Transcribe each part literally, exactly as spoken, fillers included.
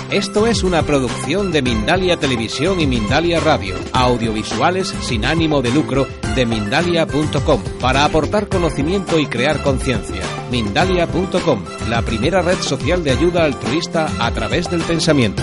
Esto es una producción de Mindalia Televisión y Mindalia Radio, audiovisuales sin ánimo de lucro de Mindalia punto com, para aportar conocimiento y crear conciencia. Mindalia punto com, la primera red social de ayuda altruista a través del pensamiento.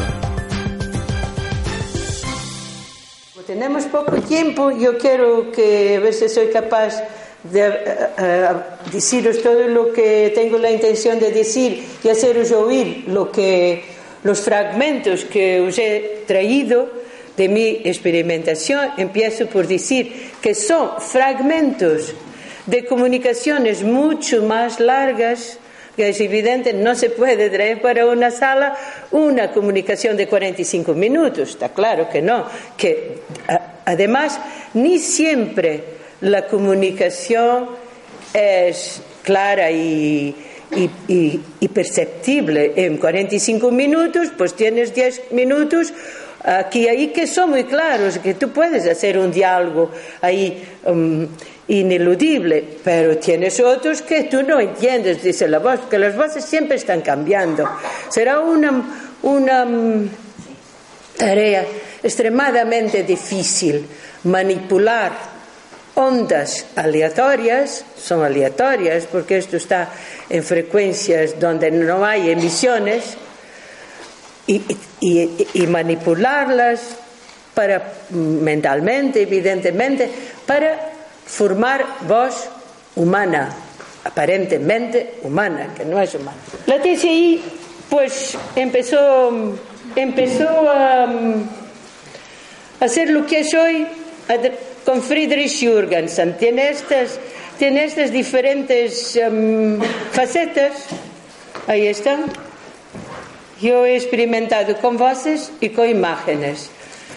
Tenemos poco tiempo, yo quiero que a ver si soy capaz de uh, uh, deciros todo lo que tengo la intención de decir y haceros oír lo que los fragmentos que os he traído de mi experimentación. Empiezo por decir que son fragmentos de comunicaciones mucho más largas, que es evidente, no se puede traer para una sala una comunicación de cuarenta y cinco minutos, está claro que no, que además ni siempre la comunicación es clara y Y, y, y perceptible en cuarenta y cinco minutos, pues tienes diez minutos aquí y ahí que son muy claros, que tú puedes hacer un diálogo ahí um, ineludible, pero tienes otros que tú no entiendes, dice la voz, que las voces siempre están cambiando. Será una, una um, tarea extremadamente difícil manipular ondas aleatorias, son aleatorias porque esto está en frecuencias donde no hay emisiones, y, y, y manipularlas para, mentalmente, evidentemente, para formar voz humana, aparentemente humana, que no es humana. La T C I pues empezó, empezó a, a hacer lo que es hoy con Friedrich Jürgensen. Tiene estas, tiene estas diferentes um, facetas. Ahí están. Yo he experimentado con voces y con imágenes.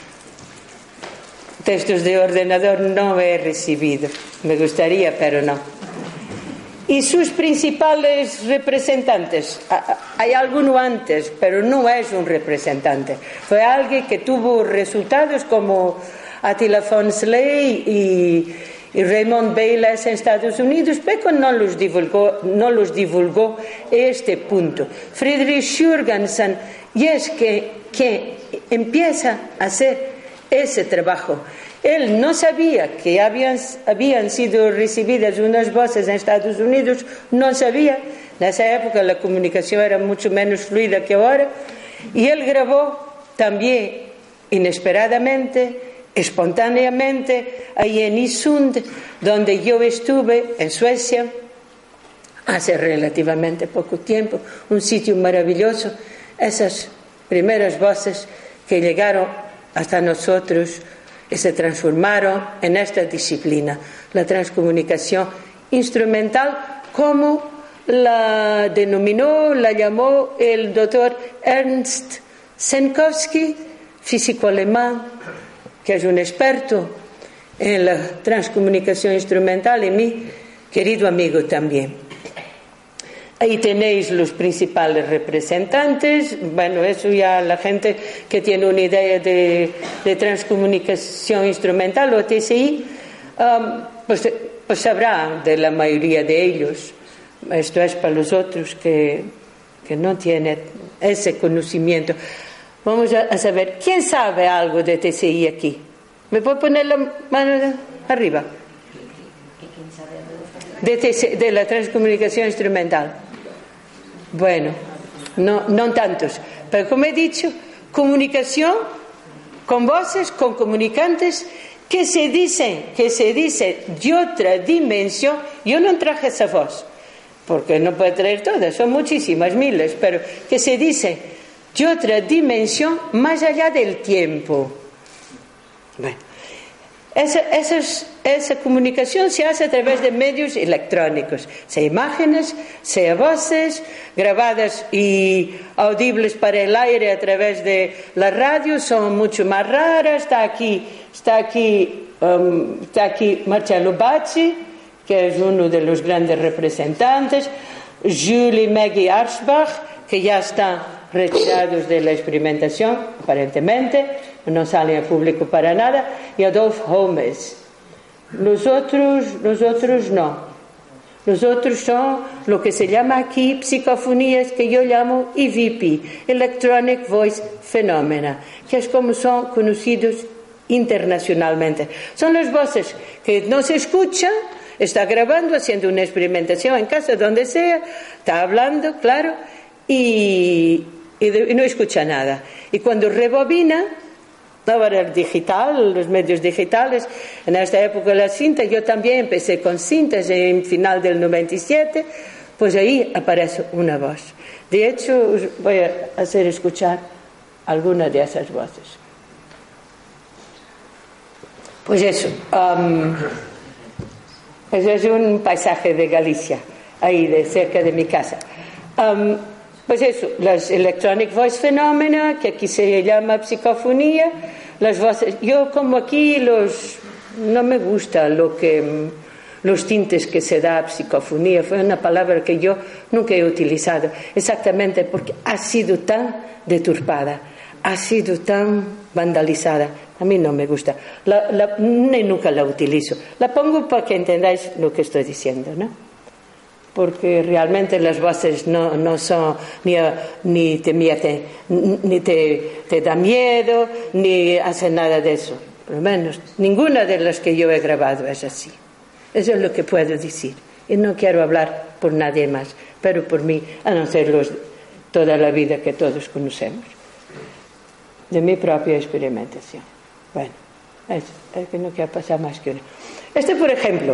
Textos de ordenador no he recibido. Me gustaría, pero no. Y sus principales representantes. Hay alguno antes, pero no es un representante. Fue alguien que tuvo resultados como Attila von Sley y, y Raymond Bayles en Estados Unidos, pero no los divulgó, no los divulgó este punto. Friedrich Jürgensen, y es que, que empieza a hacer ese trabajo. Él no sabía que habían, habían sido recibidas unas voces en Estados Unidos, no sabía. En esa época la comunicación era mucho menos fluida que ahora, y él grabó también inesperadamente, espontáneamente, ahí en Isund, donde yo estuve, en Suecia, hace relativamente poco tiempo, un sitio maravilloso. Esas primeras voces que llegaron hasta nosotros y se transformaron en esta disciplina, la transcomunicación instrumental, como la denominó, la llamó el doctor Ernst Senkowski, físico alemán, que es un experto en la transcomunicación instrumental, y mi querido amigo también. Ahí tenéis los principales representantes. Bueno, eso ya la gente que tiene una idea de, de transcomunicación instrumental o T C I, um, pues, pues sabrá de la mayoría de ellos. Esto es para los otros que, que no tienen ese conocimiento. Vamos a saber, ¿quién sabe algo de T C I aquí? ¿Me puede poner la mano arriba? De, T C, de la transcomunicación instrumental. Bueno, no, no tantos. Pero como he dicho, comunicación con voces, con comunicantes que se dicen, que se dice de otra dimensión. Yo no traje esa voz, porque no puede traer todas, son muchísimas, miles, pero que se dice de otra dimensión más allá del tiempo. Bueno, esa, esa, esa comunicación se hace a través de medios electrónicos, sea imágenes, sea voces, grabadas y audibles para el aire a través de la radio, son mucho más raras. Está aquí, está aquí, um, está aquí Marcello Bazzi, que es uno de los grandes representantes, Julie Maggie Arschbach, que ya está retirados de la experimentación, aparentemente, no salen al público para nada, y Adolf Holmes. Los otros, los otros no. Los otros son lo que se llama aquí psicofonías, que yo llamo E V P, Electronic Voice Phenomena, que es como son conocidos internacionalmente. Son las voces que no se escuchan, está grabando, haciendo una experimentación en casa, donde sea, está hablando, claro, y, y, de, y no escucha nada. Y cuando rebobina, ahora el digital, los medios digitales, en esta época la cinta, yo también empecé con cintas en final del noventa y siete, pues ahí aparece una voz. De hecho, os voy a hacer escuchar alguna de esas voces. Pues eso, um, eso es un paisaje de Galicia, ahí de cerca de mi casa. Um, pues eso, las Electronic Voice Phenomena, que aquí se llama psicofonía, las voces. Yo como aquí los no me gusta lo que los tintes que se da a psicofonía, fue una palabra que yo nunca he utilizado, exactamente porque ha sido tan deturpada, ha sido tan vandalizada. A mí no me gusta, la, la, ni nunca la utilizo. La pongo para que entendáis lo que estoy diciendo, ¿no? Porque realmente las voces no, no son ni, ni, te, miete, ni te, te da miedo, ni hacen nada de eso. Por lo menos ninguna de las que yo he grabado es así. Eso es lo que puedo decir. Y no quiero hablar por nadie más, pero por mí, a no ser los, toda la vida que todos conocemos. De mi propia experimentación. Bueno, es, es que no quiero pasar más que una. Este, por ejemplo,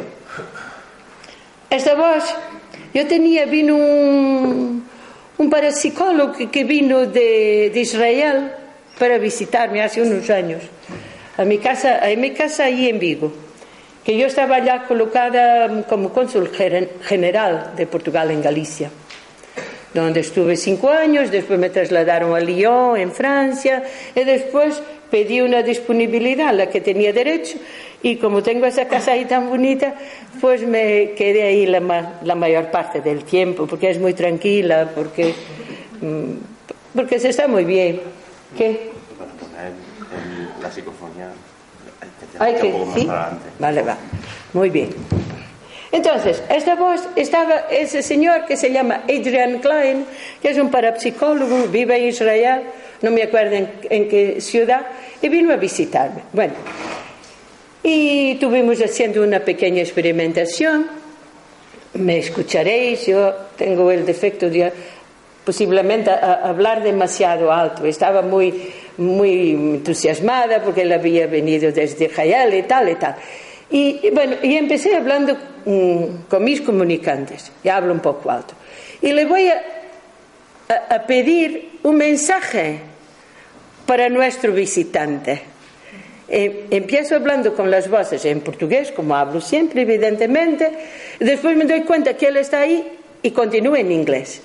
esta voz, yo tenía, vino un, un parapsicólogo que, que vino de, de Israel para visitarme hace unos años, a mi casa, en mi casa ahí en Vigo, que yo estaba ya colocada como cónsul general de Portugal en Galicia, donde estuve cinco años, después me trasladaron a Lyon, en Francia, y después pedí una disponibilidad a la que tenía derecho, y como tengo esa casa ahí tan bonita, pues me quedé ahí la, ma- la mayor parte del tiempo, porque es muy tranquila, porque, mmm, porque se está muy bien. ¿Qué? Para poner el, la psicofonía, hay que, un poco ¿sí? más adelante. Vale, va, muy bien. Entonces, esta voz estaba ese señor que se llama Adrian Klein, que es un parapsicólogo, vive en Israel, no me acuerdo en, en qué ciudad, y vino a visitarme. Bueno, y estuvimos haciendo una pequeña experimentación. Me escucharéis, yo tengo el defecto de posiblemente a, a hablar demasiado alto. Estaba muy, muy entusiasmada porque él había venido desde Israel y tal y tal. Y, y bueno, y empecé hablando um, con mis comunicantes, y hablo un poco alto, y le voy a, a, a pedir un mensaje para nuestro visitante. Eh, empiezo hablando con las voces en portugués, como hablo siempre, evidentemente, y después me doy cuenta que él está ahí y continúo en inglés.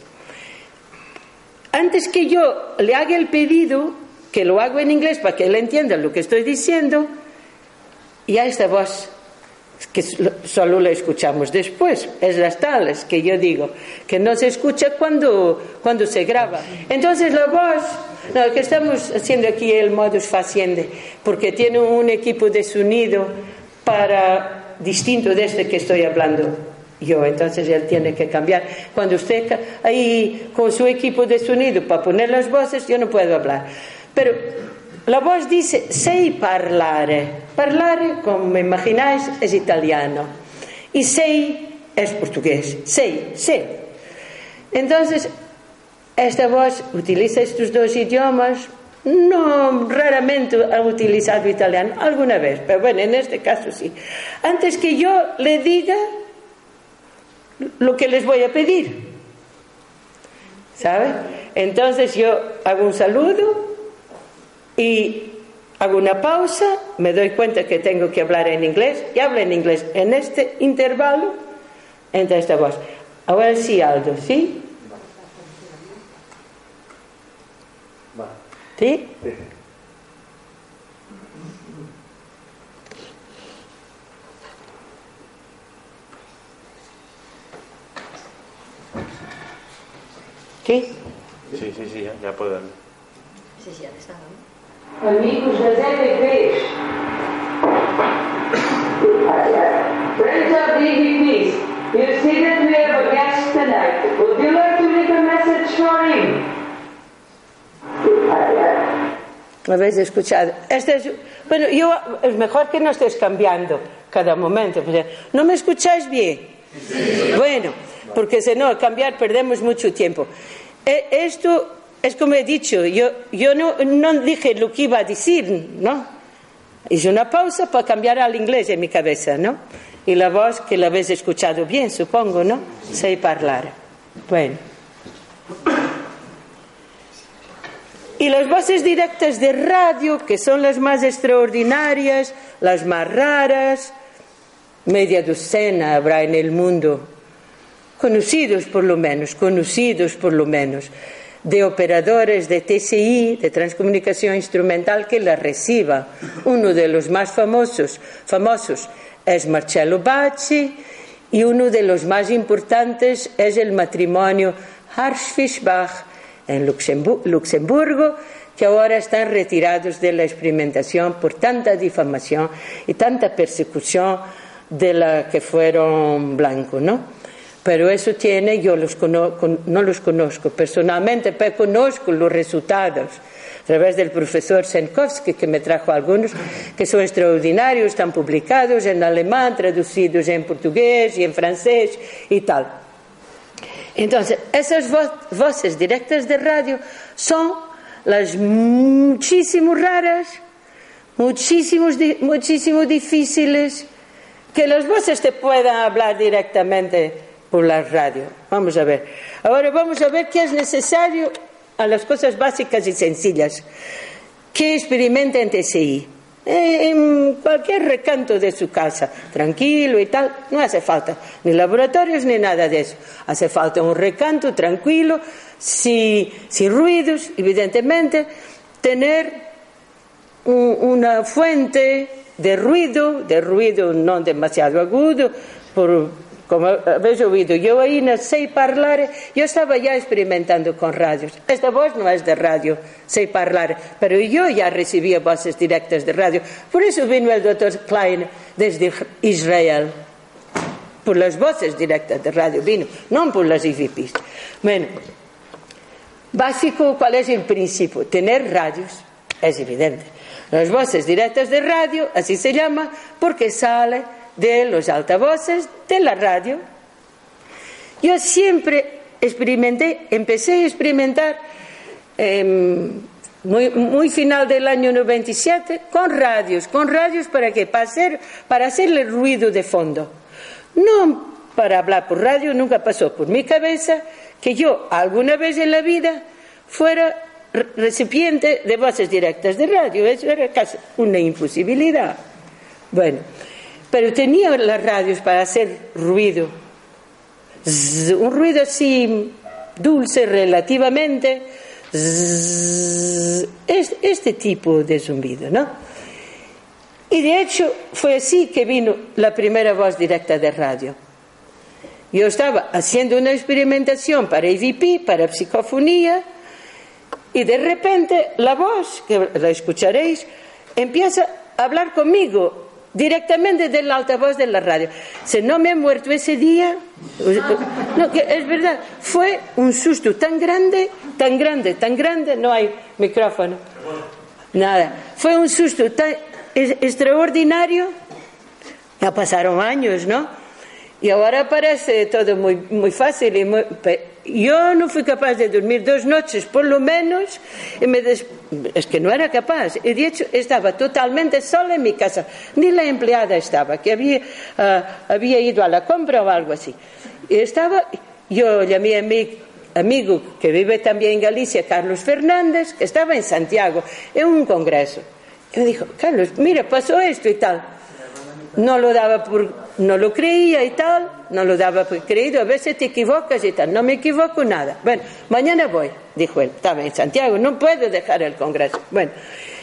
Antes que yo le haga el pedido, que lo hago en inglés para que él entienda lo que estoy diciendo, y a esta voz, que solo la escuchamos después, es las tales que yo digo, que no se escucha cuando, cuando se graba. Entonces la voz, no, que estamos haciendo aquí el modus faciende, porque tiene un equipo de sonido para distinto de este que estoy hablando yo, entonces él tiene que cambiar. Cuando usted ahí con su equipo de sonido para poner las voces, yo no puedo hablar. Pero la voz dice sei parlare. Parlare, como imagináis, es italiano. Y sei es portugués. Sei, sé. Entonces, esta voz utiliza estos dos idiomas. No, raramente ha utilizado italiano, alguna vez, pero bueno, en este caso sí. Antes que yo le diga lo que les voy a pedir, ¿sabe? Entonces yo hago un saludo y hago una pausa, me doy cuenta que tengo que hablar en inglés y hablo en inglés. En este intervalo entra esta voz. Ahora sí, Aldo, ¿sí? ¿Sí? ¿Sí? Sí, sí, sí, ya, ya puedo darle. Sí, sí, ya te está dando. Amigos da Z D P, Friends of the E V Ps, You see that we have a guest tonight. Would you like to leave a message for him? ¿Habéis escuchado? Este es, bueno, yo, es mejor que no estés cambiando cada momento. ¿No me escucháis bien? Sí. Bueno, porque si no, cambiar perdemos mucho tiempo. Eh, esto es como he dicho, yo, yo no, no dije lo que iba a decir, ¿no? Hice una pausa para cambiar al inglés en mi cabeza, ¿no? Y la voz que la habéis escuchado bien, supongo, ¿no? Sé hablar. Bueno. Y las voces directas de radio, que son las más extraordinarias, las más raras, media docena habrá en el mundo, conocidos por lo menos, conocidos por lo menos, de operadores de T C I, de transcomunicación instrumental, que la reciba. Uno de los más famosos, famosos es Marcello Bacci, y uno de los más importantes es el matrimonio Harsch-Fischbach en Luxemburgo, que ahora están retirados de la experimentación por tanta difamación y tanta persecución de la que fueron blancos, ¿no? Pero eso tiene, yo los conozco, no los conozco personalmente, pero conozco los resultados a través del profesor Senkowski, que me trajo algunos que son extraordinarios, están publicados en alemán, traducidos en portugués y en francés y tal. Entonces, esas vo- voces directas de radio son las muchísimo raras, muchísimos, di- muchísimo difíciles, que las voces te puedan hablar directamente por la radio. Vamos a ver. Ahora vamos a ver qué es necesario a las cosas básicas y sencillas que experimenta en T C I. En cualquier recanto de su casa, tranquilo y tal, no hace falta ni laboratorios ni nada de eso. Hace falta un recanto tranquilo, sin, sin ruidos, evidentemente, tener un, una fuente de ruido, de ruido no demasiado agudo, por, como habéis oído, yo ahí no sé hablar, yo estaba ya experimentando con radios. Esta voz no es de radio, sé hablar, pero yo ya recibía voces directas de radio. Por eso vino el doctor Klein desde Israel, por las voces directas de radio vino, no por las I V Ps. Bueno, básico, ¿cuál es el principio? Tener radios, es evidente. Las voces directas de radio, así se llama, porque sale de los altavoces de la radio. Yo siempre experimenté, empecé a experimentar eh, muy, muy final del año noventa y siete con radios, con radios para qué, para hacer, para hacerle ruido de fondo, no para hablar por radio. Nunca pasó por mi cabeza que yo alguna vez en la vida fuera recipiente de voces directas de radio. Eso era casi una imposibilidad. Bueno, pero tenía las radios para hacer ruido, zzz, un ruido así dulce relativamente, zzz, es, este tipo de zumbido, ¿no? Y de hecho fue así que vino la primera voz directa de radio. Yo estaba haciendo una experimentación para E V P, para psicofonía, y de repente la voz, que la escucharéis, empieza a hablar conmigo directamente del altavoz de la radio. Si no me he muerto ese día, no, que es verdad, fue un susto tan grande, tan grande, tan grande, no hay micrófono, nada, fue un susto tan extraordinario. Ya pasaron años, ¿no? Y ahora parece todo muy, muy fácil y muy, yo no fui capaz de dormir dos noches por lo menos y me des... es que no era capaz, y de hecho estaba totalmente sola en mi casa, ni la empleada estaba, que había, uh, había ido a la compra o algo así, y estaba, yo llamé a mi amigo que vive también en Galicia, Carlos Fernández, que estaba en Santiago en un congreso, y me dijo: Carlos, mira, pasó esto y tal. No lo daba por, no lo creía y tal, no lo daba por creído, a veces te equivocas y tal. No me equivoco nada. Bueno, mañana voy, dijo él, estaba en Santiago, no puedo dejar el congreso. Bueno,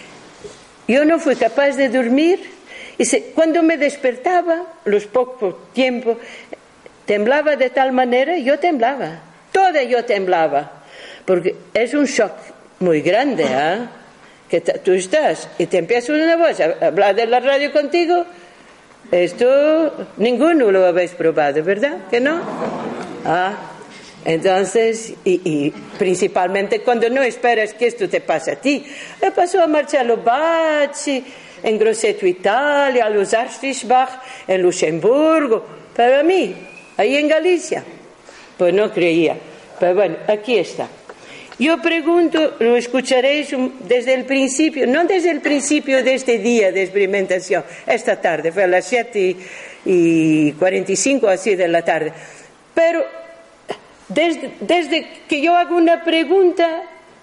yo no fui capaz de dormir y se, cuando me despertaba, los pocos tiempos, temblaba de tal manera, yo temblaba, toda yo temblaba, porque es un shock muy grande, ¿eh? Que t- tú estás y te empieza una voz a hablar de la radio contigo. Esto ninguno lo habéis probado, ¿verdad? ¿Que no? Ah, entonces, y, y principalmente cuando no esperas que esto te pase a ti. Le pasó a Marcello Bacci, en Grosseto, Italia, a los Arschfischbach, en Luxemburgo, pero a mí, ahí en Galicia, pues no creía. Pero bueno, aquí está. Yo pregunto, lo escucharéis desde el principio, no desde el principio de este día de experimentación, esta tarde, fue a las siete y cuarenta y cinco así de la tarde, pero desde, desde que yo hago una pregunta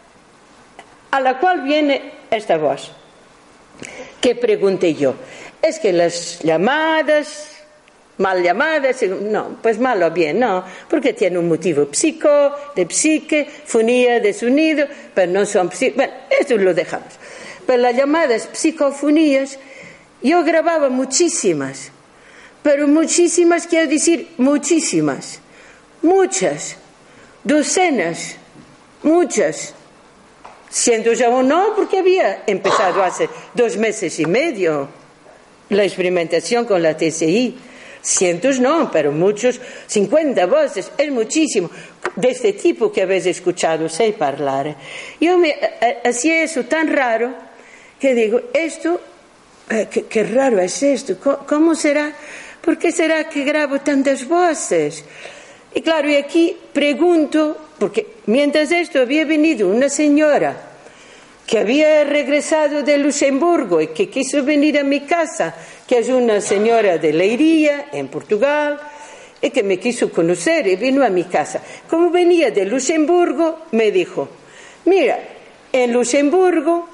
a la cual viene esta voz. ¿Qué pregunté yo? Es que las llamadas... mal llamadas, no, pues malo bien, no, porque tiene un motivo psico, de psique, fonía de sonido, pero no son psico, bueno, esto lo dejamos. Pero las llamadas psicofonías, yo grababa muchísimas, pero muchísimas quiero decir muchísimas, muchas, docenas, muchas. Cientos aún no, porque había empezado hace dos meses y medio la experimentación con la T C I. Cientos no, pero muchos, cincuenta voces, es muchísimo, de este tipo que habéis escuchado, sé hablar. Yo me hacía eso tan raro que digo, esto, eh, qué, qué raro es esto, ¿Cómo, ¿cómo será? ¿Por qué será que grabo tantas voces? Y claro, y aquí pregunto, porque mientras esto había venido una señora que había regresado de Luxemburgo y que quiso venir a mi casa, que es una señora de Leiria, en Portugal, y que me quiso conocer y vino a mi casa. Como venía de Luxemburgo, me dijo, mira, en Luxemburgo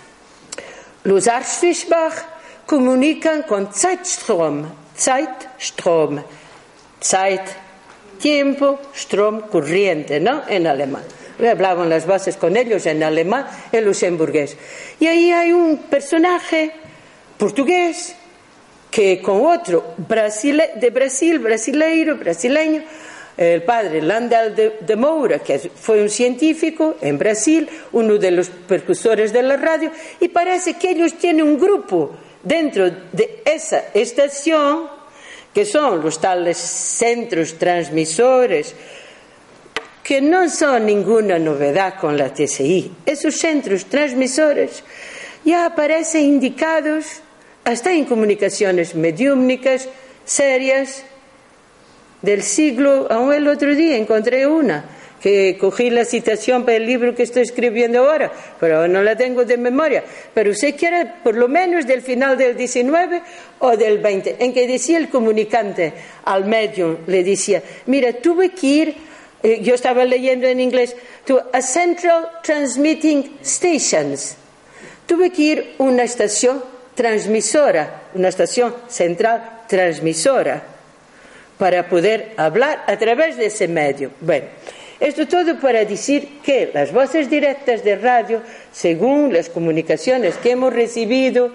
los Arschfischbach comunican con Zeitstrom, Zeitstrom, Zeit, tiempo, Strom, corriente, ¿no? En alemán. Hablaban las voces con ellos en alemán, en luxemburgués. Y ahí hay un personaje portugués que con otro brasile, de Brasil, brasileiro, brasileño, el padre Landel de, de Moura, que fue un científico en Brasil, uno de los precursores de la radio, y parece que ellos tienen un grupo dentro de esa estación, que son los tales centros transmisores, que no son ninguna novedad con la T C I. Esos centros transmisores ya aparecen indicados hasta en comunicaciones mediúmnicas serias del siglo. Aún el otro día encontré una, que cogí la citación para el libro que estoy escribiendo ahora, pero no la tengo de memoria, pero sé que era por lo menos del final del diecinueve o del veinte, en que decía el comunicante al medium, le decía, mira, tuve que ir, yo estaba leyendo en inglés, to a Central Transmitting Stations. Tuve que ir a una estación transmisora, una estación central transmisora, para poder hablar a través de ese medio. Bueno, esto todo para decir que las voces directas de radio, según las comunicaciones que hemos recibido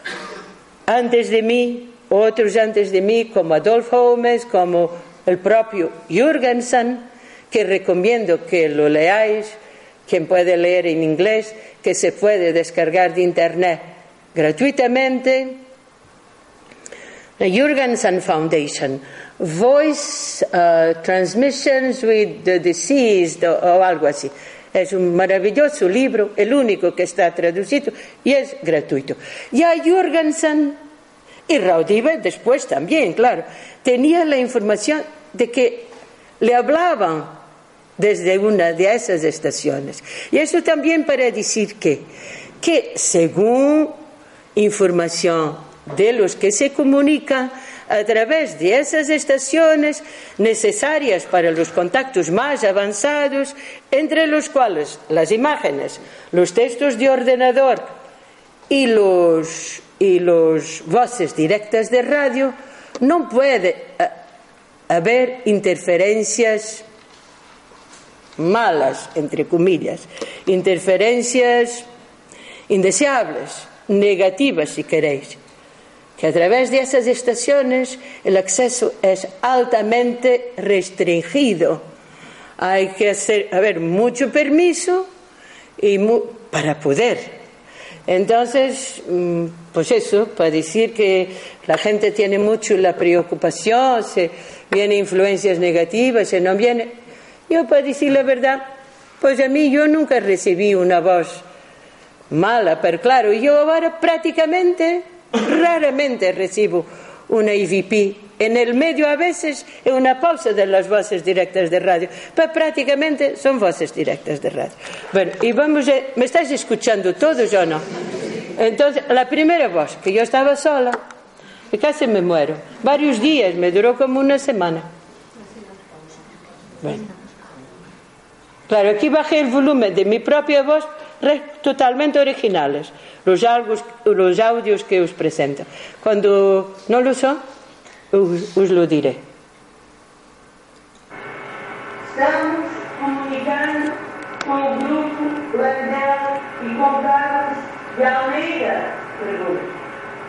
antes de mí, otros antes de mí, como Adolf Holmes, como el propio Jürgensen, que recomiendo que lo leáis, quien puede leer en inglés, que se puede descargar de internet gratuitamente. La Jürgensen Foundation, Voice uh, Transmissions with the Deceased, o, o algo así. Es un maravilloso libro, el único que está traducido, y es gratuito. Ya Jürgensen y Raudive después también, claro, tenía la información de que le hablaban desde una de esas estaciones. Y eso también para decir que, que según información de los que se comunican a través de esas estaciones necesarias para los contactos más avanzados, entre los cuales las imágenes, los textos de ordenador y los, y los voces directas de radio, no puede haber interferencias malas, entre comillas, interferencias indeseables, negativas si queréis, que a través de esas estaciones el acceso es altamente restringido. Hay que hacer, haber mucho permiso y mu- para poder Entonces, pues eso, para decir que la gente tiene mucho la preocupación, se vienen influencias negativas, se no viene. Yo, para decir la verdad, pues a mí yo nunca recibí una voz mala, pero claro, yo ahora prácticamente, raramente recibo una I V P. En el medio a veces es una pausa de las voces directas de radio, pero prácticamente son voces directas de radio. Bueno, y vamos a... ¿Me estáis escuchando todos o no? Entonces, la primera voz, que yo estaba sola, que casi me muero. Varios días, me duró como una semana. Bueno. Claro, aquí bajé el volumen de mi propia voz, totalmente originales, los audios, los audios que os presento. Cuando no lo son, os, os lo diré. Estamos comunicando con el grupo Landel y con Carlos de Almeida. Pergunta.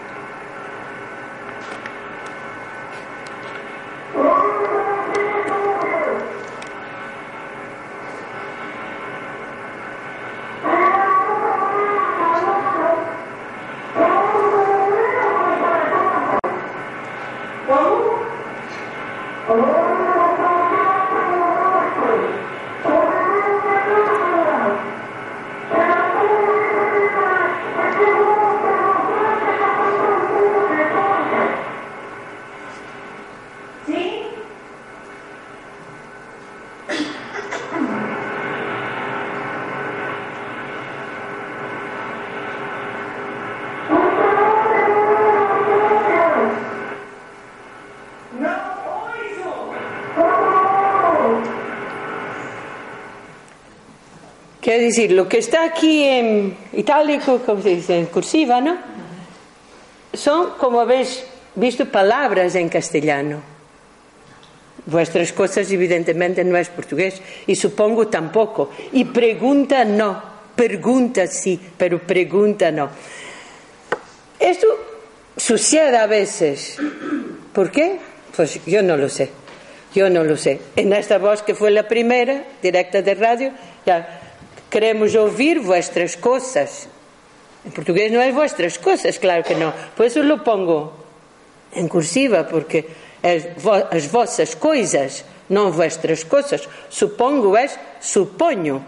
Quiero decir, lo que está aquí en itálico, como se dice, en cursiva, ¿no? Son, como habéis visto, palabras en castellano. Vuestras cosas, evidentemente, no es portugués, y supongo tampoco. Y pregunta no, pregunta sí, pero pregunta no. Esto sucede a veces. ¿Por qué? Pues yo no lo sé. Yo no lo sé. En esta voz que fue la primera, directa de radio, ya... Queremos oír vuestras cosas. En portugués no es vuestras cosas, claro que no. Por eso lo pongo en cursiva, porque es vo- as vossas coisas, não vuestras cosas. Supongo es supongo.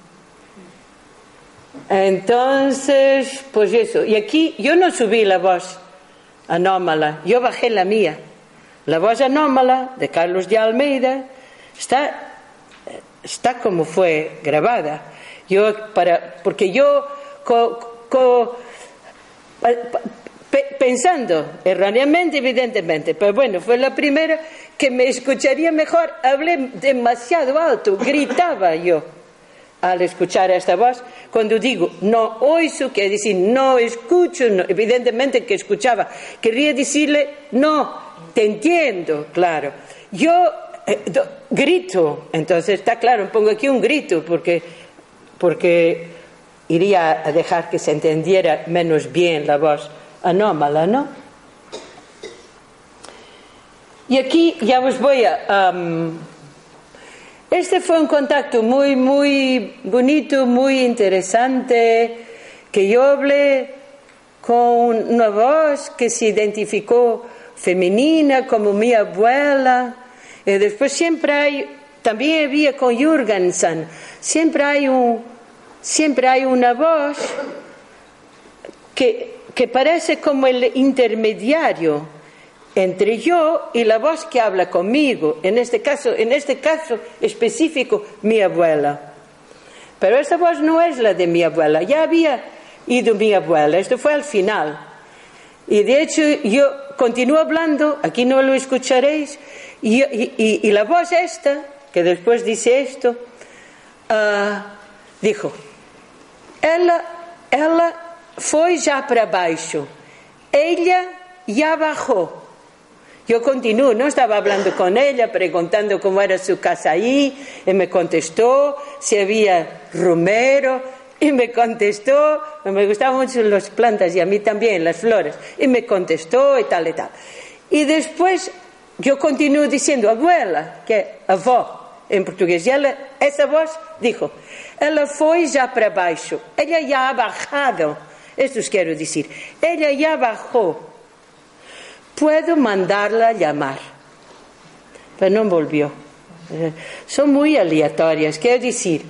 Entonces, pues eso. Y aquí yo no subí la voz anómala, yo bajé la mía. La voz anómala de Carlos de Almeida está, está como fue grabada. Yo para, porque yo co, co, pe, pensando erróneamente, evidentemente, pero bueno, fue la primera que me escucharía mejor. Hablé demasiado alto, gritaba yo al escuchar esta voz. Cuando digo no oigo, quiere decir no escucho, no, evidentemente que escuchaba. Quería decirle no, te entiendo, claro. Yo eh, do, grito, entonces está claro, pongo aquí un grito porque porque iría a dejar que se entendiera menos bien la voz anómala, ¿no? Y aquí ya os voy a... Um, este fue un contacto muy, muy bonito, muy interesante, que yo hablé con una voz que se identificó femenina como mi abuela, y después siempre hay... También había con Jürgensen, siempre hay un, siempre hay una voz que, que parece como el intermediario entre yo y la voz que habla conmigo. En este caso, en este caso específico, mi abuela. Pero esta voz no es la de mi abuela. Ya había ido mi abuela. Esto fue al final. Y de hecho yo continúo hablando. Aquí no lo escucharéis. Y, y, y, y la voz esta, que después dice esto, uh, dijo, ela, ela foi já para baixo, ella ya bajó. Yo continúo, no estaba hablando con ella, preguntando cómo era su casa ahí, y me contestó si había romero, y me contestó, me gustaban mucho las plantas y a mí también las flores, y me contestó y tal y tal. Y después yo continúo diciendo abuela, que es avó en portugués, y ela, essa voz dijo, ela foi já para baixo, ella ya ha bajado, Esto os quiero decir. Ella ya bajó. Puedo mandarla a llamar. Pero no volvió. Son muy aleatorias. Quiero decir,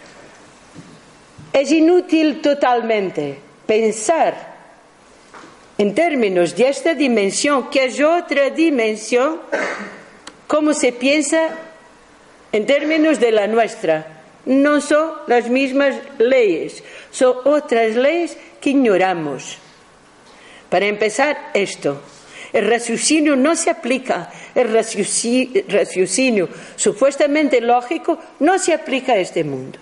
es inútil totalmente pensar en términos de esta dimensión, que es otra dimensión, como se piensa en términos de la nuestra. No son las mismas leyes, son otras leyes que ignoramos. Para empezar, esto, el raciocinio no se aplica, el raciocinio supuestamente lógico no se aplica a este mundo.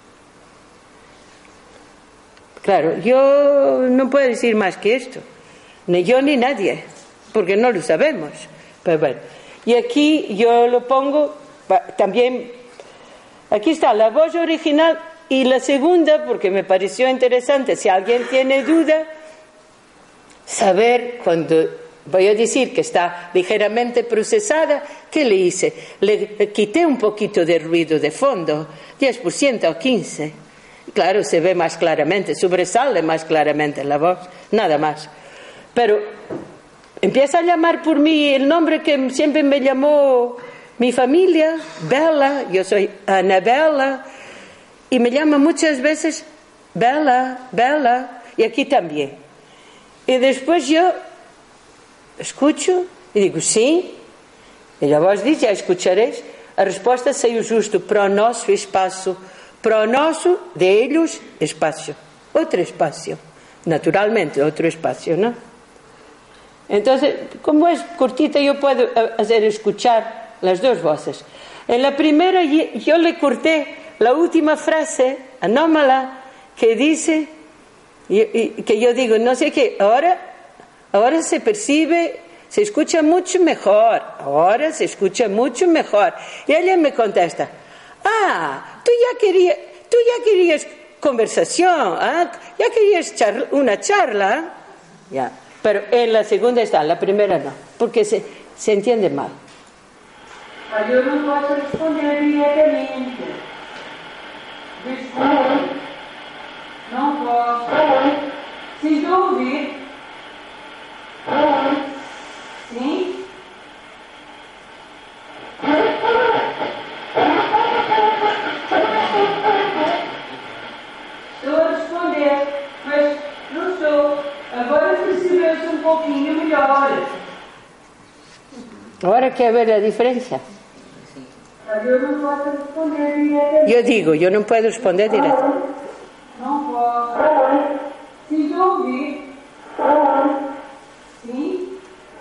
Claro, yo no puedo decir más que esto, ni yo ni nadie, porque no lo sabemos. Pero bueno, y aquí yo lo pongo también, aquí está la voz original y la segunda, porque me pareció interesante, si alguien tiene duda, saber cuando voy a decir que está ligeramente procesada, ¿qué le hice? Le quité un poquito de ruido de fondo, diez por ciento o quince por ciento. Claro, se ve más claramente, sobresale más claramente la voz, nada más. Pero empieza a llamar por mí el nombre que siempre me llamó mi familia, Bella, yo soy Annabella, y me llama muchas veces Bella, Bella, y aquí también. Y después yo escucho e digo sim, e a voz diz, já escuchareis, a resposta saiu justo para o nosso espaço, para o nosso, de ellos, espacio, otro espacio, naturalmente otro espacio, ¿no? Entonces, como es cortita, yo puedo hacer escuchar las dos voces. En la primera yo le corté la última frase anómala que dice, que yo digo, no sé qué, ahora, ahora se percibe, se escucha mucho mejor, ahora se escucha mucho mejor. Y ella me contesta, ah, tú ya querías, tú ya querías conversación, ¿eh? Ya querías char- una charla, ya. Pero en la segunda está, en la primera no, porque se, se entiende mal. Yo no puedo responder directamente. Desculpe, no puedo. ¿Sí ouvir? ¿Sí? Estou a responder, mas não estou. Agora percebeu-se um pouquinho melhor. Ahora quer ver a diferença? Eu não posso responder diretamente. Eu digo, eu não posso responder diretamente. Não posso. Preciso ouvir. Sim?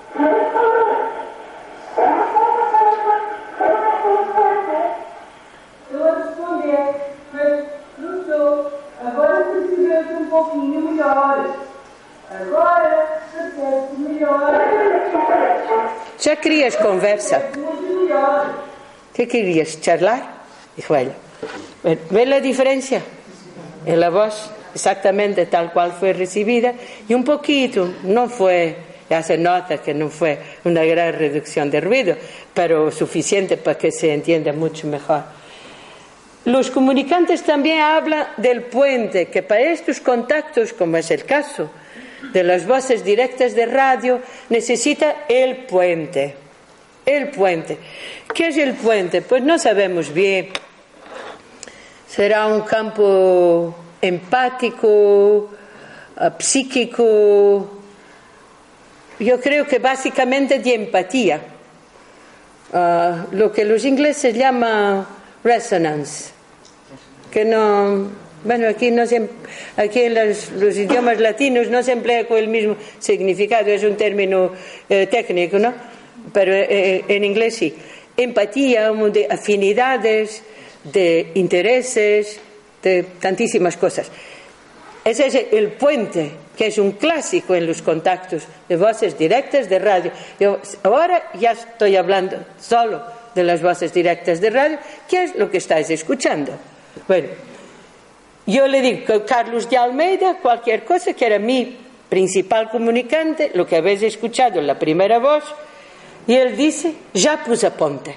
Estou a responder, mas não estou. Agora percebeu-se um pouquinho melhor. Agora percebe-se melhor. Já querias conversa? ¿Qué querías? ¿Charlar? Dijo ella. ¿Ves la diferencia? En la voz, exactamente tal cual fue recibida, y un poquito, no fue, ya se nota que no fue una gran reducción de ruido, pero suficiente para que se entienda mucho mejor. Los comunicantes también hablan del puente, que para estos contactos, como es el caso de las voces directas de radio, necesita el puente. El puente. ¿Qué es el puente? Pues no sabemos bien. Será un campo empático, psíquico. Yo creo que básicamente de empatía. Uh, lo que los ingleses llaman resonance. Que no, bueno, aquí no se, aquí en los, los idiomas latinos no se emplea con el mismo significado, es un término eh, técnico, ¿no? Pero eh, en inglés sí. Empatía, de afinidades, de intereses, de tantísimas cosas. Ese es el puente, que es un clásico en los contactos de voces directas de radio. Yo ahora ya estoy hablando solo de las voces directas de radio. ¿Qué es lo que estáis escuchando? Bueno, yo le digo que Carlos de Almeida, cualquier cosa, que era mi principal comunicante, lo que habéis escuchado en la primera voz, y él dice, ya puse ponte.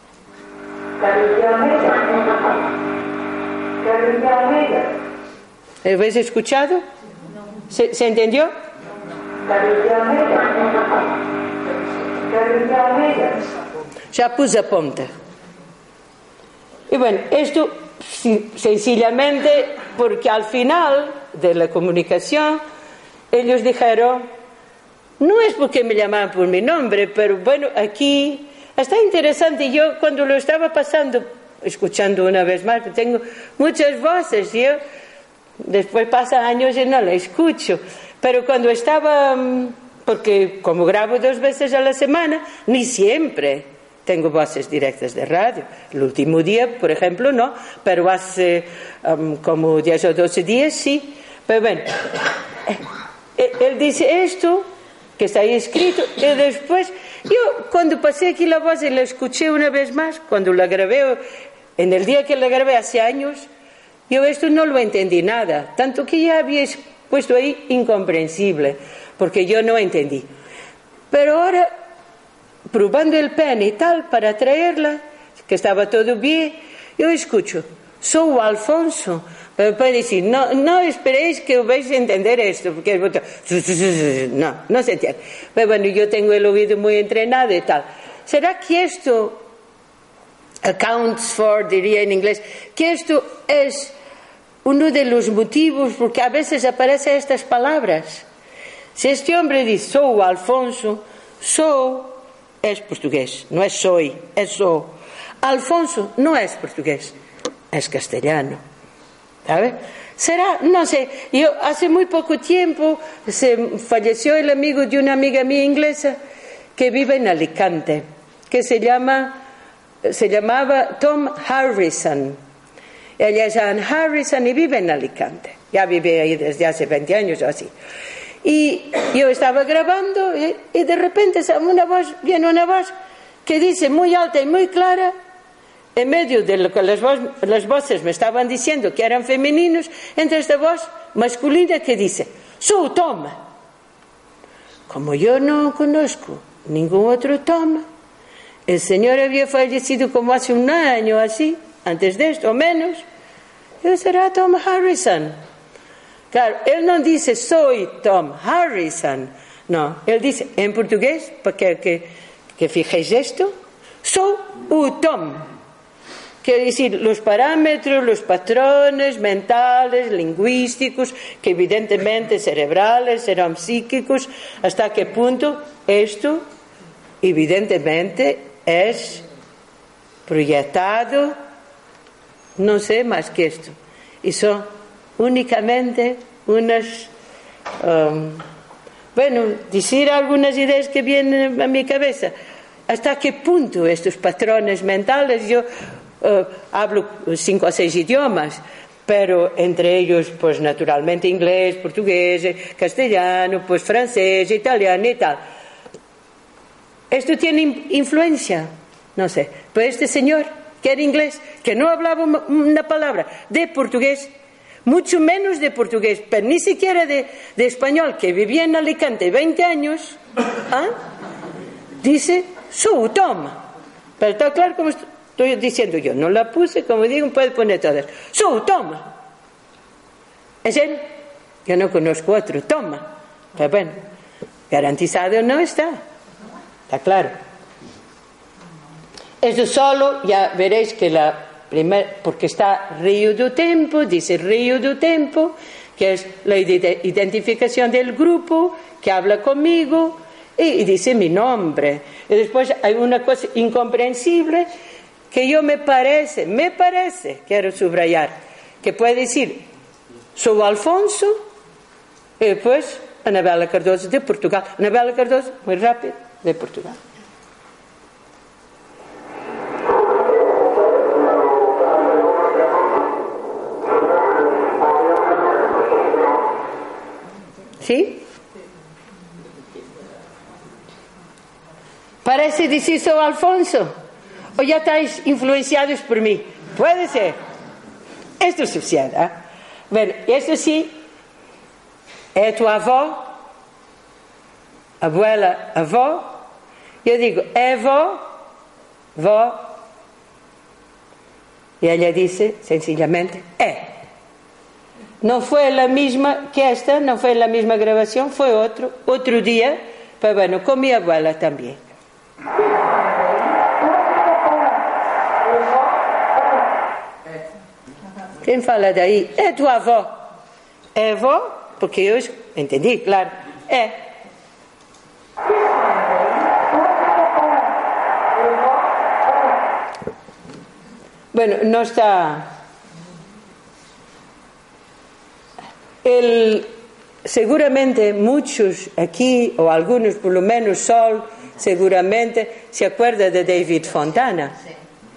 Carlos de Almeida, Carlos de Almeida, ¿Habéis escuchado? ¿Se, ¿se entendió? Ya puse a punta. Y bueno, esto sencillamente porque al final de la comunicación ellos dijeron, no es porque me llamaban por mi nombre, pero bueno, aquí está interesante. Yo cuando lo estaba pasando, escuchando una vez más, tengo muchas voces, yo después pasan años y no la escucho, pero cuando estaba, porque como grabo dos veces a la semana, ni siempre tengo voces directas de radio. El último día, por ejemplo, no, pero hace um, como diez o doce días sí. Pero bueno, él dice esto, que está ahí escrito, y después, yo cuando pasé aquí la voz y la escuché una vez más, cuando la grabé, en el día que la grabé hace años, yo esto no lo entendí nada, tanto que ya habíais puesto ahí incomprensible, porque yo no entendí. Pero ahora, probando el pen y tal, para traerla, que estaba todo bien, yo escucho, soy Alfonso. Pero puede decir, no, no esperéis que vais a entender esto, porque no, no se entiende. Pero bueno, yo tengo el oído muy entrenado y tal. ¿Será que esto accounts for, diría en inglés, que esto es uno de los motivos porque a veces aparecen estas palabras? Si este hombre dice, soy Alfonso, soy es portugués, no es soy, es soy. Alfonso no es portugués, es castellano. ¿Sabe? Será, no sé, yo hace muy poco tiempo se falleció el amigo de una amiga mía inglesa que vive en Alicante, que se llama, se llamaba Tom Harrison. Ella es Ann Harrison y vive en Alicante. Ya vive ahí desde hace veinte años o así. Y yo estaba grabando y, y de repente una voz, viene una voz que dice muy alta y muy clara, en medio de lo que las, vo las voces me estaban diciendo que eran femeninos, entre esta voz masculina que dice, soy Tom. Como yo no conozco ningún otro Tom, el señor había fallecido como hace un año así, antes de esto o menos, yo será Tom Harrison. Claro, él no dice soy Tom Harrison, no, él dice en portugués, para que, que, que fijéis esto, soy un Tom. Quiere decir, los parámetros, los patrones mentales, lingüísticos, que evidentemente cerebrales, serán psíquicos, hasta qué punto esto evidentemente es proyectado, no sé más que esto. Y son únicamente unas, um, bueno, decir algunas ideas que vienen a mi cabeza. ¿Hasta qué punto estos patrones mentales? Yo Uh, hablo cinco o seis idiomas, pero entre ellos, pues naturalmente inglés, portugués, castellano, pues francés, italiano y tal. ¿Esto tiene influencia? No sé. Pues este señor, que era inglés, que no hablaba una palabra de portugués, mucho menos de portugués, pero ni siquiera de, de español, que vivía en Alicante veinte años, ¿ah? Dice, su toma. Pero está claro cómo estoy Estoy diciendo yo, no la puse, como digo, puede poner todas. ¡Su, toma! ¿Es él? Yo no conozco otro, toma. Pero bueno, garantizado no está. Está claro. Eso solo, ya veréis que la primera, porque está Rio do Tempo, dice Rio do Tempo, que es la identificación del grupo, que habla conmigo, y, y dice mi nombre. Y después hay una cosa incomprensible, que yo me parece, me parece, quiero subrayar, que puede decir, soy Alfonso, y después Anabela Cardoso de Portugal. Anabela Cardoso, muy rápido, de Portugal. ¿Sí? Parece decir soy Alfonso. ¿O ya estáis influenciados por mí? Puede ser. Esto sucede. ¿eh? Bueno, esto sí, es tu avó, abuela, avó. Yo digo, é vó, vó. Y ella dice, sencillamente, é. No fue la misma que esta, no fue la misma grabación, fue otro, otro día, pero bueno, con mi abuela también. Quem fala daí? É tua avó. É avó? Porque eu entendi, claro. É. Bueno, no está. El, seguramente muchos aquí, o algunos por lo menos, Sol, seguramente se acuerda de David Fontana. Sí.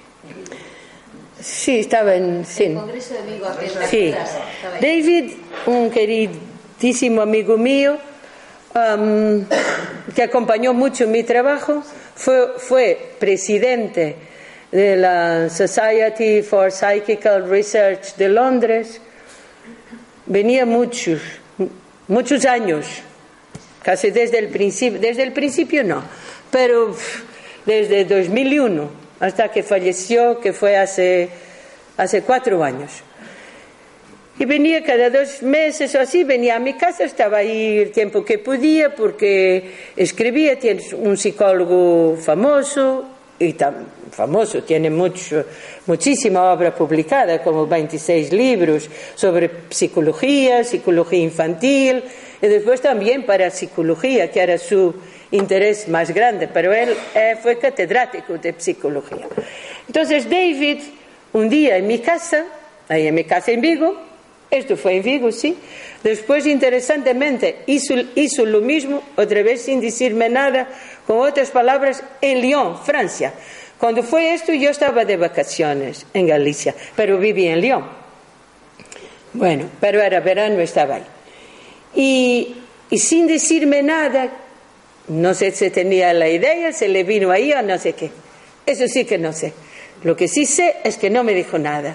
Sí, estaba en... Sí. El Congreso de Vigo. Sí. David, un queridísimo amigo mío, um, que acompañó mucho mi trabajo, fue, fue presidente de la Society for Psychical Research de Londres. Venía muchos, muchos años, casi desde el principio, desde el principio no, pero desde dos mil uno hasta que falleció, que fue hace, hace cuatro años. Y venía cada dos meses o así, venía a mi casa, estaba ahí el tiempo que podía, porque escribía, tiene un psicólogo famoso, y tan famoso, tiene mucho, muchísima obra publicada, como veintiséis libros sobre psicología, psicología infantil, y después también para psicología, que era su interés más grande, pero él eh, fue catedrático de psicología. Entonces David, un día en mi casa, ahí en mi casa en Vigo, esto fue en Vigo, sí, después interesantemente hizo, hizo lo mismo, otra vez sin decirme nada, con otras palabras, en Lyon, Francia. Cuando fue esto yo estaba de vacaciones en Galicia, pero vivía en Lyon. Bueno, pero era verano, estaba ahí. Y, y sin decirme nada, no sé si tenía la idea, se le vino ahí o no sé qué. Eso sí que no sé. Lo que sí sé es que no me dijo nada.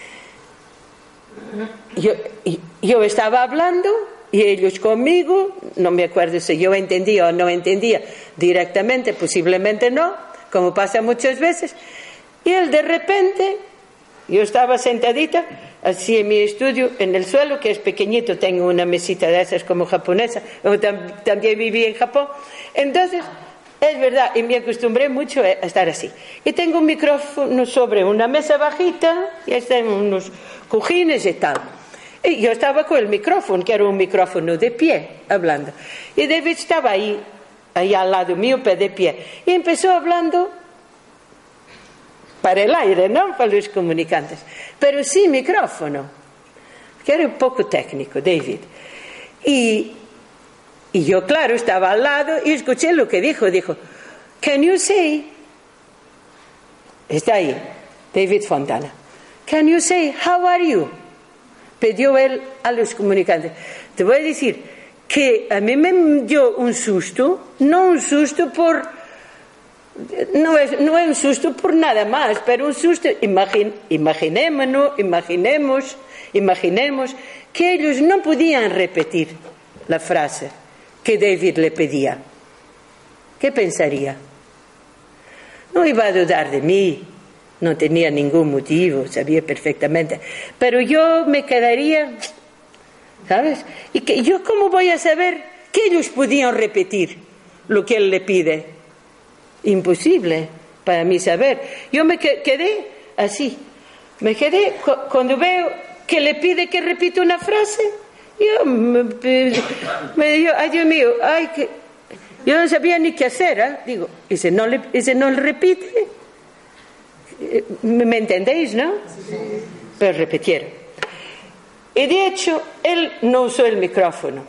Yo, yo estaba hablando y ellos conmigo, no me acuerdo si yo entendía o no entendía directamente, posiblemente no, como pasa muchas veces. Y él de repente, yo estaba sentadita así en mi estudio, en el suelo, que es pequeñito, tengo una mesita de esas como japonesa, también viví en Japón. Entonces, es verdad, y me acostumbré mucho a estar así. Y tengo un micrófono sobre una mesa bajita, y están unos cojines y tal. Y yo estaba con el micrófono, que era un micrófono de pie, hablando. Y David estaba ahí, ahí al lado mío, pero de pie. Y empezó hablando para el aire, ¿no? Para los comunicantes. Pero sin micrófono, que era un poco técnico, David. Y, y yo, claro, estaba al lado y escuché lo que dijo. Dijo, "Can you say?" Está ahí, David Fontana. "Can you say, how are you?" Pidió él a los comunicantes. Te voy a decir que a mí me dio un susto, no un susto por... No es, no es un susto por nada más, pero un susto, imagin, imaginémonos, imaginemos, imaginemos que ellos no podían repetir la frase que David le pedía. ¿Qué pensaría? No iba a dudar de mí, no tenía ningún motivo, sabía perfectamente, pero yo me quedaría, ¿sabes? Y que yo cómo voy a saber que ellos podían repetir lo que él le pide. Imposible para mí saber. Yo me quedé así, me quedé cuando veo que le pide que repita una frase. Yo me, me digo, ay Dios mío, ay que yo no sabía ni qué hacer, ¿eh? Digo, y si no le, y si no le repite, ¿me entendéis, no? Pero repitieron. Y de hecho él no usó el micrófono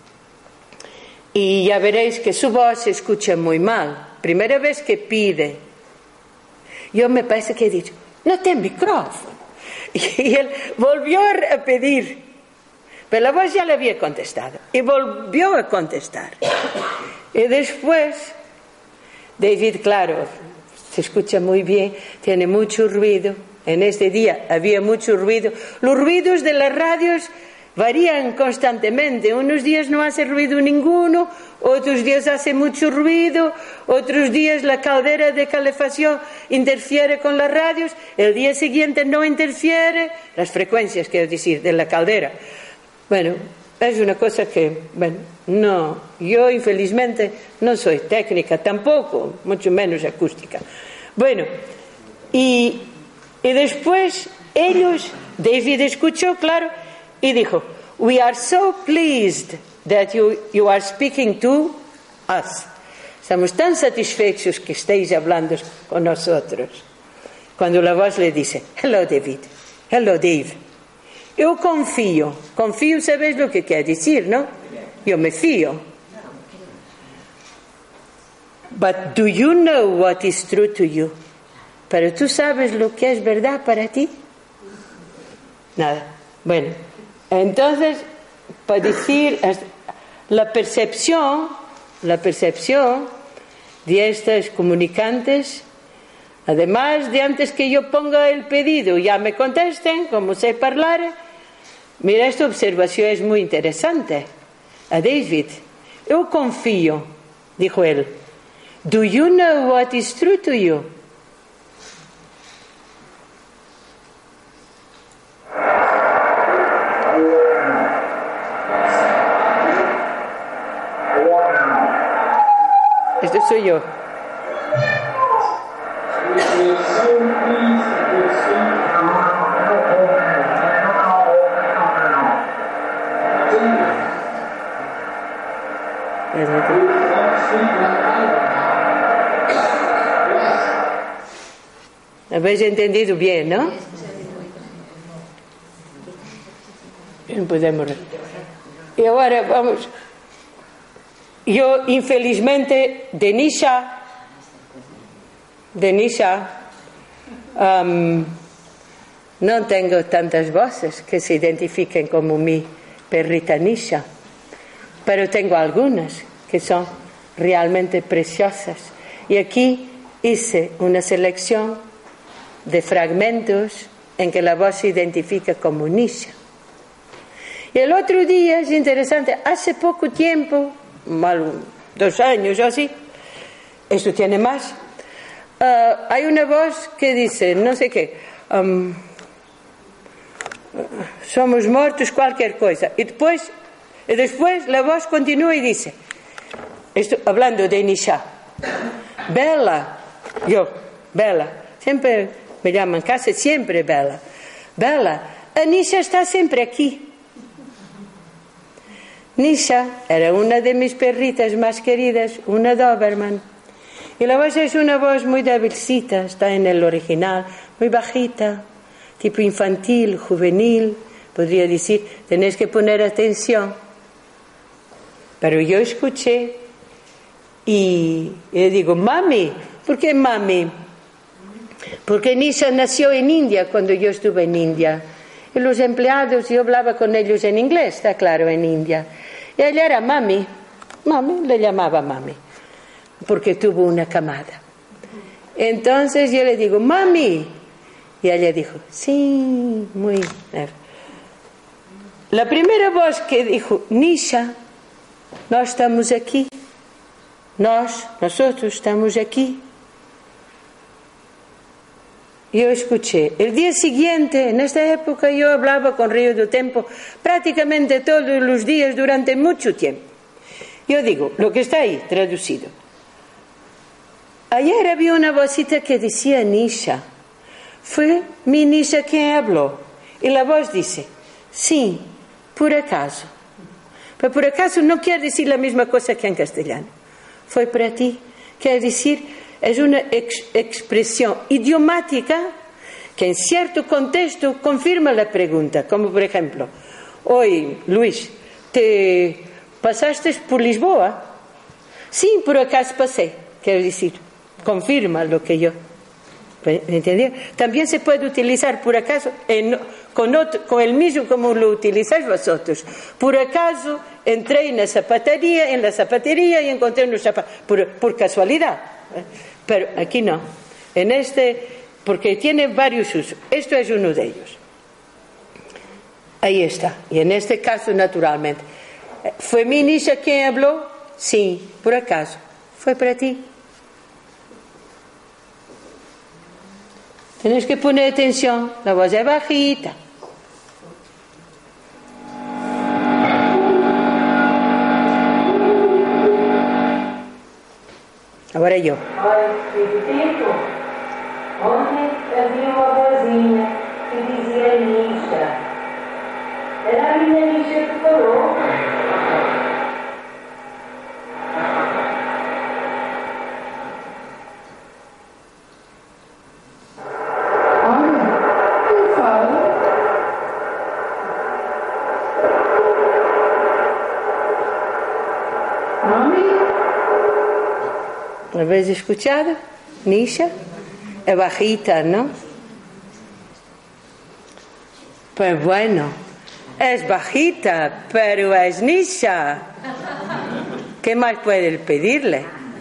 y ya veréis que su voz se escucha muy mal. Primera vez que pide, yo me parece que he dicho, no tiene micrófono. Y él volvió a pedir, pero la voz ya le había contestado, y volvió a contestar. Y después, David, claro, se escucha muy bien, tiene mucho ruido. En este día había mucho ruido. Los ruidos de las radios varían constantemente. Unos días no hace ruido ninguno, otros días hace mucho ruido, otros días la caldera de calefacción interfiere con las radios, el día siguiente no interfiere, las frecuencias, quiero decir, de la caldera. Bueno, es una cosa que, bueno, no, yo infelizmente no soy técnica tampoco, mucho menos acústica. Bueno, y, y después ellos, David escuchó, claro, y dijo, we are so pleased that you, you are speaking to us. Estamos tan satisfechos que estéis hablando con nosotros. Cuando la voz le dice, hello David, hello Dave. Yo confío, confío, ¿sabes lo que quiere decir, no? Yo me fío. But do you know what is true to you? Pero tú sabes lo que es verdad para ti. Nada. Bueno, entonces, para decir, la percepción, la percepción de estos comunicantes, además de antes que yo ponga el pedido, ya me contesten, como sé hablar. Mira, esta observación es muy interesante. A David, yo confío, dijo él. Do you know what is true to you? Este soy yo. Habéis entendido bien, ¿no? Bien, podemos. Y ahora vamos. Yo, infelizmente, Denisha, Denisha, um, no tengo tantas voces que se identifiquen como mi perrita Nisha, pero tengo algunas que son realmente preciosas. Y aquí hice una selección de fragmentos en que la voz se identifica como Nisha. Y el otro día, es interesante, hace poco tiempo, mal, dos años o así, esto tiene más, uh, hay una voz que dice, no sé qué, um, somos muertos cualquier cosa, y después, y después la voz continúa y dice, esto, hablando de Nisha, Bella, yo, Bella, siempre me llaman casi siempre Bella, Bella, Nisha está siempre aquí. Nisha era una de mis perritas más queridas, una Doberman. Y la voz es una voz muy débilcita, está en el original, muy bajita, tipo infantil, juvenil, podría decir, tenéis que poner atención. Pero yo escuché y, y le digo, mami, ¿por qué mami? Porque Nisha nació en India cuando yo estuve en India. Y los empleados, yo hablaba con ellos en inglés, está claro, en India. Y ella era mami, mami, le llamaba mami, porque tuvo una camada. Entonces yo le digo, mami. Y ella dijo, sí, muy bien. La primera voz que dijo, Nisha, nós estamos aquí. Nós, nosotros estamos aquí. Yo escuché. El día siguiente, en esta época, yo hablaba con Río do Tempo prácticamente todos los días durante mucho tiempo. Yo digo, lo que está ahí, traducido. Ayer había una vocita que decía Nisha. Fue mi Nisha quien habló. Y la voz dice, sí, por acaso. Pero por acaso no quiere decir la misma cosa que en castellano. Fue para ti. Quiere decir... Es una ex- expresión idiomática que en cierto contexto confirma la pregunta, como por ejemplo, hoy, Luis, ¿te pasaste por Lisboa? Sí, por acaso pasé, quiero decir, confirma lo que yo, ¿me entendí? También se puede utilizar por acaso en, con, otro, con el mismo como lo utilizáis vosotros. Por acaso entré en la zapatería, en la zapatería y encontré unos zapatos, por, por casualidad. Pero aquí no, en este, porque tiene varios usos, esto es uno de ellos. Ahí está, y en este caso naturalmente, ¿fue mi Nisha quien habló? Sí, por acaso, fue para ti. Tienes que poner atención, la voz es bajita. Agora eu. Olha, teve tempo. Ontem havia uma vozinha que dizia Nisha. Era a minha Nisha que falou. ¿Habéis escuchado? Nisha. Es bajita, ¿no? Pues bueno, es bajita, pero es Nisha. ¿Qué más pueden pedirle?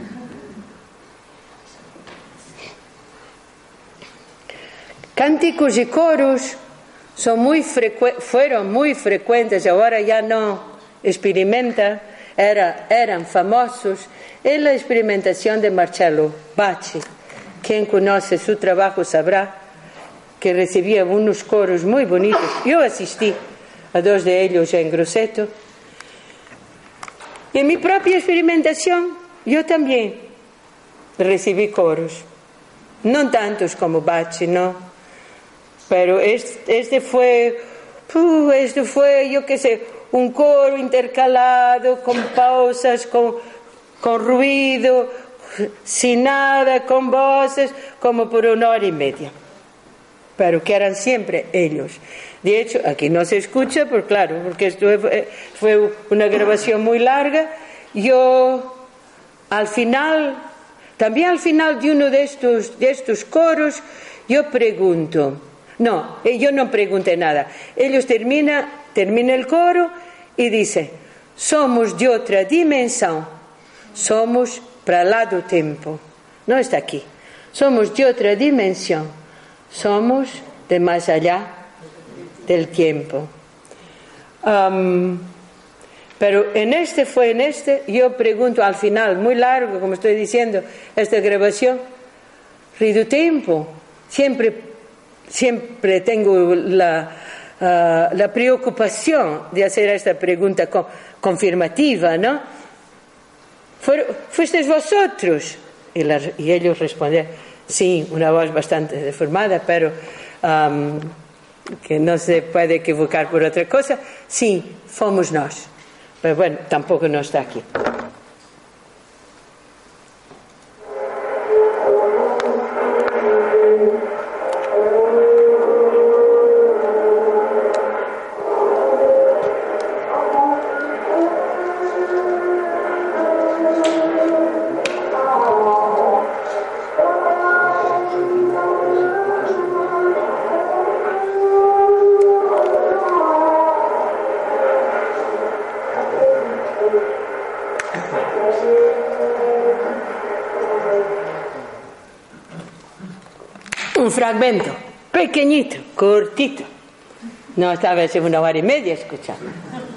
Cánticos y coros son muy frecu- fueron muy frecuentes, ahora ya no experimentan. Era, eran famosos en la experimentación de Marcello Bacci. Quien conoce su trabajo sabrá que recibía unos coros muy bonitos. Yo asistí a dos de ellos en Grosseto. Y en mi propia experimentación, yo también recibí coros. No tantos como Bacci, no. Pero este, este fue, uh, este fue, yo qué sé, un coro intercalado, con pausas, con, con ruido, sin nada, con voces, como por una hora y media. Pero que eran siempre ellos. De hecho, aquí no se escucha, por claro, porque esto fue una grabación muy larga. Yo, al final, también al final de uno de estos, de estos coros, yo pregunto, no, yo no pregunté nada. Ellos termina, termina el coro y dice, somos de otra dimensión, somos para el lado tiempo, no está aquí, somos de otra dimensión, somos de más allá del tiempo. Um, pero en este fue en este, yo pregunto al final, muy largo, como estoy diciendo, esta grabación, rido tiempo, siempre, siempre tengo la... Uh, la preocupación de hacer esta pregunta con, confirmativa, ¿no? ¿Fuisteis vosotros? Y, la, y ellos respondieron, sí, una voz bastante deformada, pero um, que no se puede equivocar por otra cosa. Sí, fomos nós. Pero bueno, tampoco no está aquí. Un fragmento pequeñito, cortito. No estaba en una hora y media escuchando.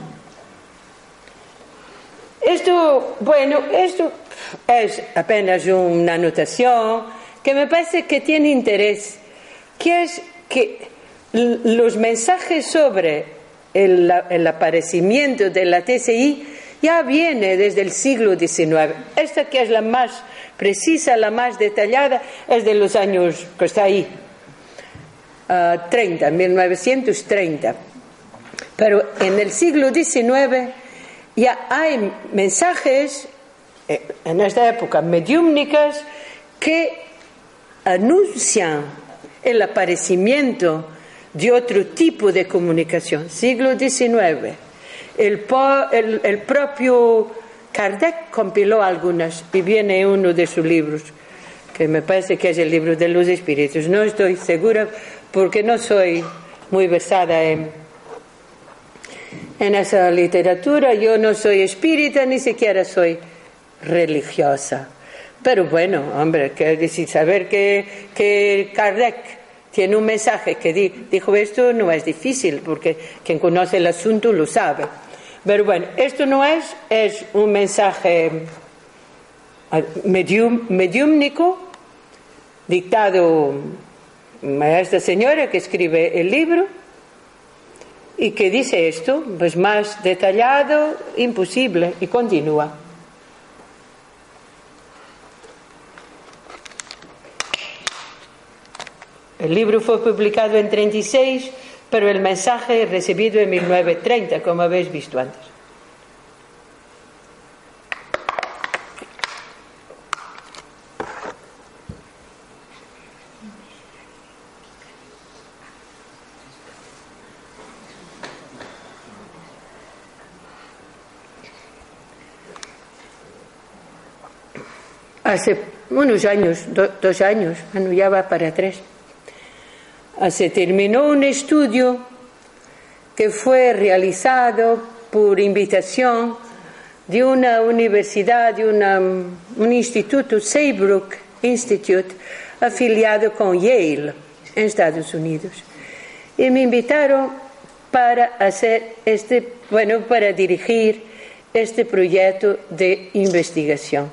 Esto, bueno, esto es apenas una anotación que me parece que tiene interés, que es que los mensajes sobre el, el aparecimiento de la T C I ya viene desde el siglo diecinueve. Esta, que es la más precisa, la más detallada, es de los años que está ahí, uh, treinta, mil novecientos treinta. Pero en el siglo diecinueve ya hay mensajes, eh, en esta época mediúmnicas, que anuncian el aparecimiento de otro tipo de comunicación. Siglo diecinueve. El, po, el, el propio Kardec compiló algunas y viene uno de sus libros, que me parece que es el libro de los espíritus. No estoy segura porque no soy muy versada en, en esa literatura. Yo no soy espírita, ni siquiera soy religiosa. Pero bueno, hombre, que decir, saber que, que Kardec tiene un mensaje que di, dijo esto no es difícil, porque quien conoce el asunto lo sabe. Pero bueno, esto no es, es un mensaje medium, mediúmnico dictado a esta señora que escribe el libro y que dice esto, pues más detallado, imposible, y continúa. El libro fue publicado en treinta y seis, pero el mensaje recibido en mil novecientos treinta, como habéis visto antes. Hace unos años, do, dos años, bueno, ya va para tres, se terminó un estudio que fue realizado por invitación de una universidad, de una, un instituto, Saybrook Institute, afiliado con Yale, en Estados Unidos. Y me invitaron para hacer este, bueno, para dirigir este proyecto de investigación.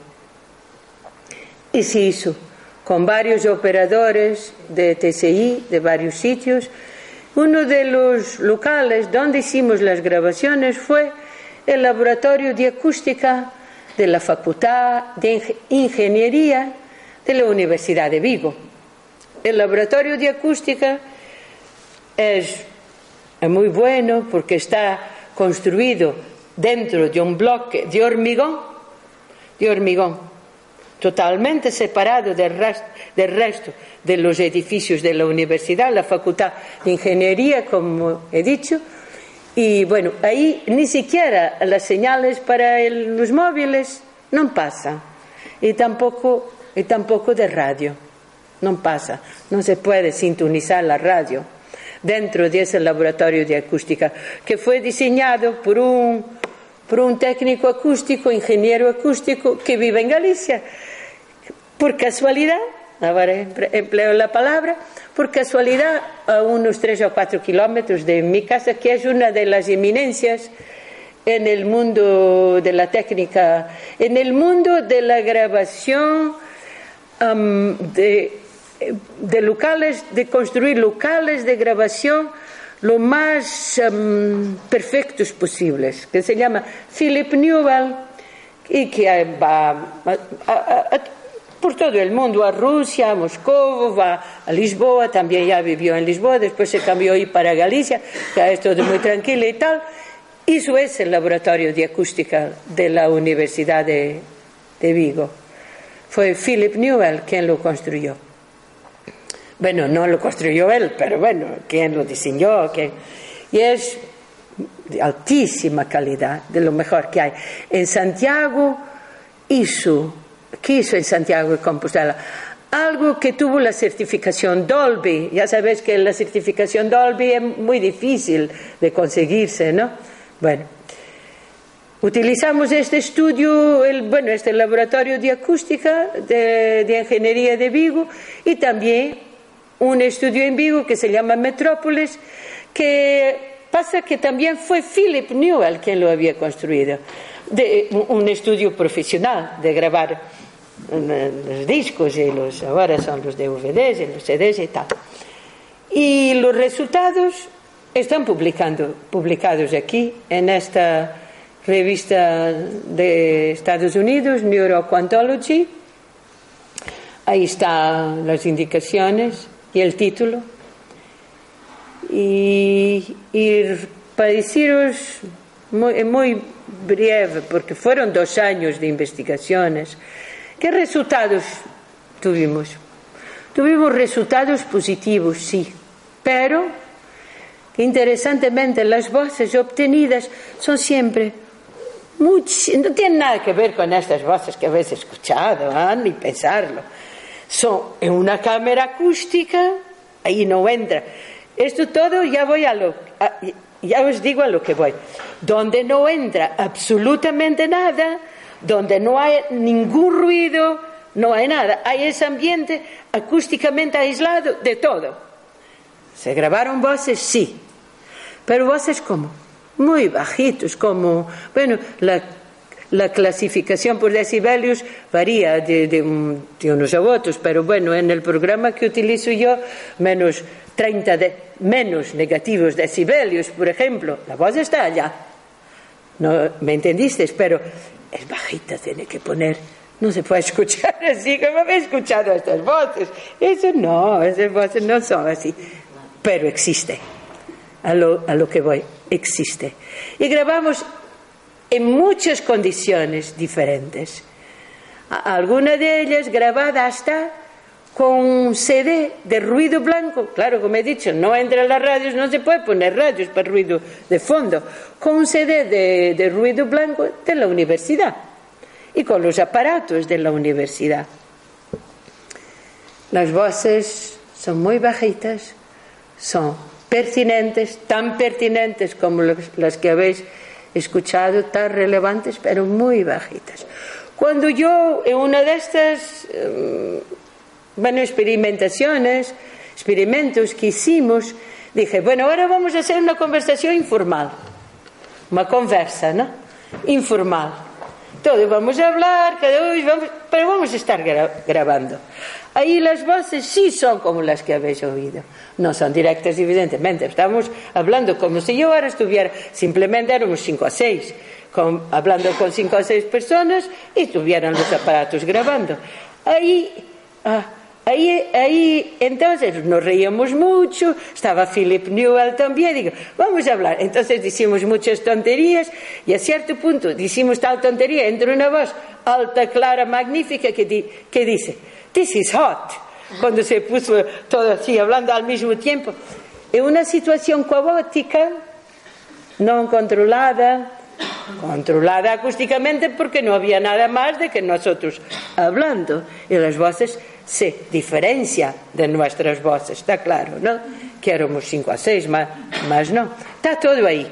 Y se hizo con varios operadores de T C I, de varios sitios. Uno de los locales donde hicimos las grabaciones fue el Laboratorio de Acústica de la Facultad de Ingeniería de la Universidad de Vigo. El Laboratorio de Acústica es muy bueno porque está construido dentro de un bloque de hormigón, de hormigón. Totalmente separado del resto, del resto de los edificios de la universidad, la Facultad de Ingeniería, como he dicho, y bueno, ahí ni siquiera las señales para el, los móviles no pasan, y tampoco, y tampoco de radio, no pasa, no se puede sintonizar la radio dentro de ese laboratorio de acústica, que fue diseñado por un, por un técnico acústico, ingeniero acústico, que vive en Galicia. Por casualidad, ahora empleo la palabra, por casualidad a unos tres o cuatro kilómetros de mi casa, que es una de las eminencias en el mundo de la técnica, en el mundo de la grabación um, de, de locales, de construir locales de grabación lo más um, perfectos posibles, que se llama Philip Newell, y que va a, a, a por todo el mundo, a Rusia, a Moscú, va a Lisboa, también ya vivió en Lisboa, después se cambió ahí para Galicia, ya es todo muy tranquilo y tal. Hizo ese laboratorio de acústica de la Universidad de, de Vigo. Fue Philip Newell quien lo construyó. Bueno, no lo construyó él, pero bueno, quien lo diseñó, quien... y es de altísima calidad, de lo mejor que hay. En Santiago hizo... ¿Qué hizo en Santiago de Compostela? Algo que tuvo la certificación Dolby. Ya sabéis que la certificación Dolby es muy difícil de conseguirse, ¿no? Bueno, utilizamos este estudio, el, bueno, este laboratorio de acústica de, de Ingeniería de Vigo, y también un estudio en Vigo que se llama Metrópolis, que pasa que también fue Philip Newell quien lo había construido. De, un estudio profesional de grabar los discos, y los, ahora son los D V Ds y los C Ds y tal. Y los resultados están publicando, publicados aquí en esta revista de Estados Unidos, Neuroquantology. Ahí están las indicaciones y el título. Y, y para deciros muy, muy breve, porque fueron dos años de investigaciones, ¿qué resultados tuvimos? Tuvimos resultados positivos, sí, pero interesantemente las voces obtenidas son siempre muy, no tienen nada que ver con estas voces que habéis escuchado, ¿eh? Ni pensarlo. Son en una cámara acústica, ahí no entra. Esto todo ya voy a lo, a, ya os digo a lo que voy. Donde no entra absolutamente nada, donde no hay ningún ruido, no hay nada. Hay ese ambiente acústicamente aislado de todo. ¿Se grabaron voces? Sí. Pero voces como muy bajitos, como, bueno, la, la clasificación por decibelios varía de, de, de unos a otros, pero bueno, en el programa que utilizo yo, menos treinta de, menos negativos decibelios, por ejemplo, la voz está allá. No me entendiste, pero es bajita, tiene que poner No se puede escuchar así como he escuchado estas voces. Eso no, esas voces no son así. Pero existe. A lo, a lo que voy, existe. Y grabamos en muchas condiciones diferentes. Alguna de ellas grabada hasta con un C D de ruido blanco. Claro, como he dicho, no entre las radios, no se puede poner radios para ruido de fondo. Con un C D de, de ruido blanco de la universidad y con los aparatos de la universidad. Las voces son muy bajitas, son pertinentes, tan pertinentes como las que habéis escuchado, tan relevantes, pero muy bajitas. Cuando yo, en una de estas, um, bueno, experimentaciones, experimentos que hicimos, dije, bueno, ahora vamos a hacer una conversación informal, una conversa, ¿no? Informal. Todos vamos a hablar, cada uno, vamos, pero vamos a estar gra- grabando. Ahí las voces sí son como las que habéis oído. No son directas, evidentemente. Estamos hablando como si yo ahora estuviera, simplemente éramos cinco o seis, con, hablando con cinco o seis personas y estuvieran los aparatos grabando. Ahí, ah, ahí, ahí, entonces nos reíamos mucho, estaba Philip Newell también, digo, vamos a hablar. Entonces decimos muchas tonterías y a cierto punto decimos tal tontería, entra una voz alta, clara, magnífica que, di, que dice, "This is hot", cuando se puso todo así, hablando al mismo tiempo. En una situación caótica, no controlada, controlada acústicamente porque no había nada más de que nosotros hablando. Y las voces se diferencian de nuestras voces, está claro, ¿no? Que éramos cinco a seis, más, más no. Está todo ahí.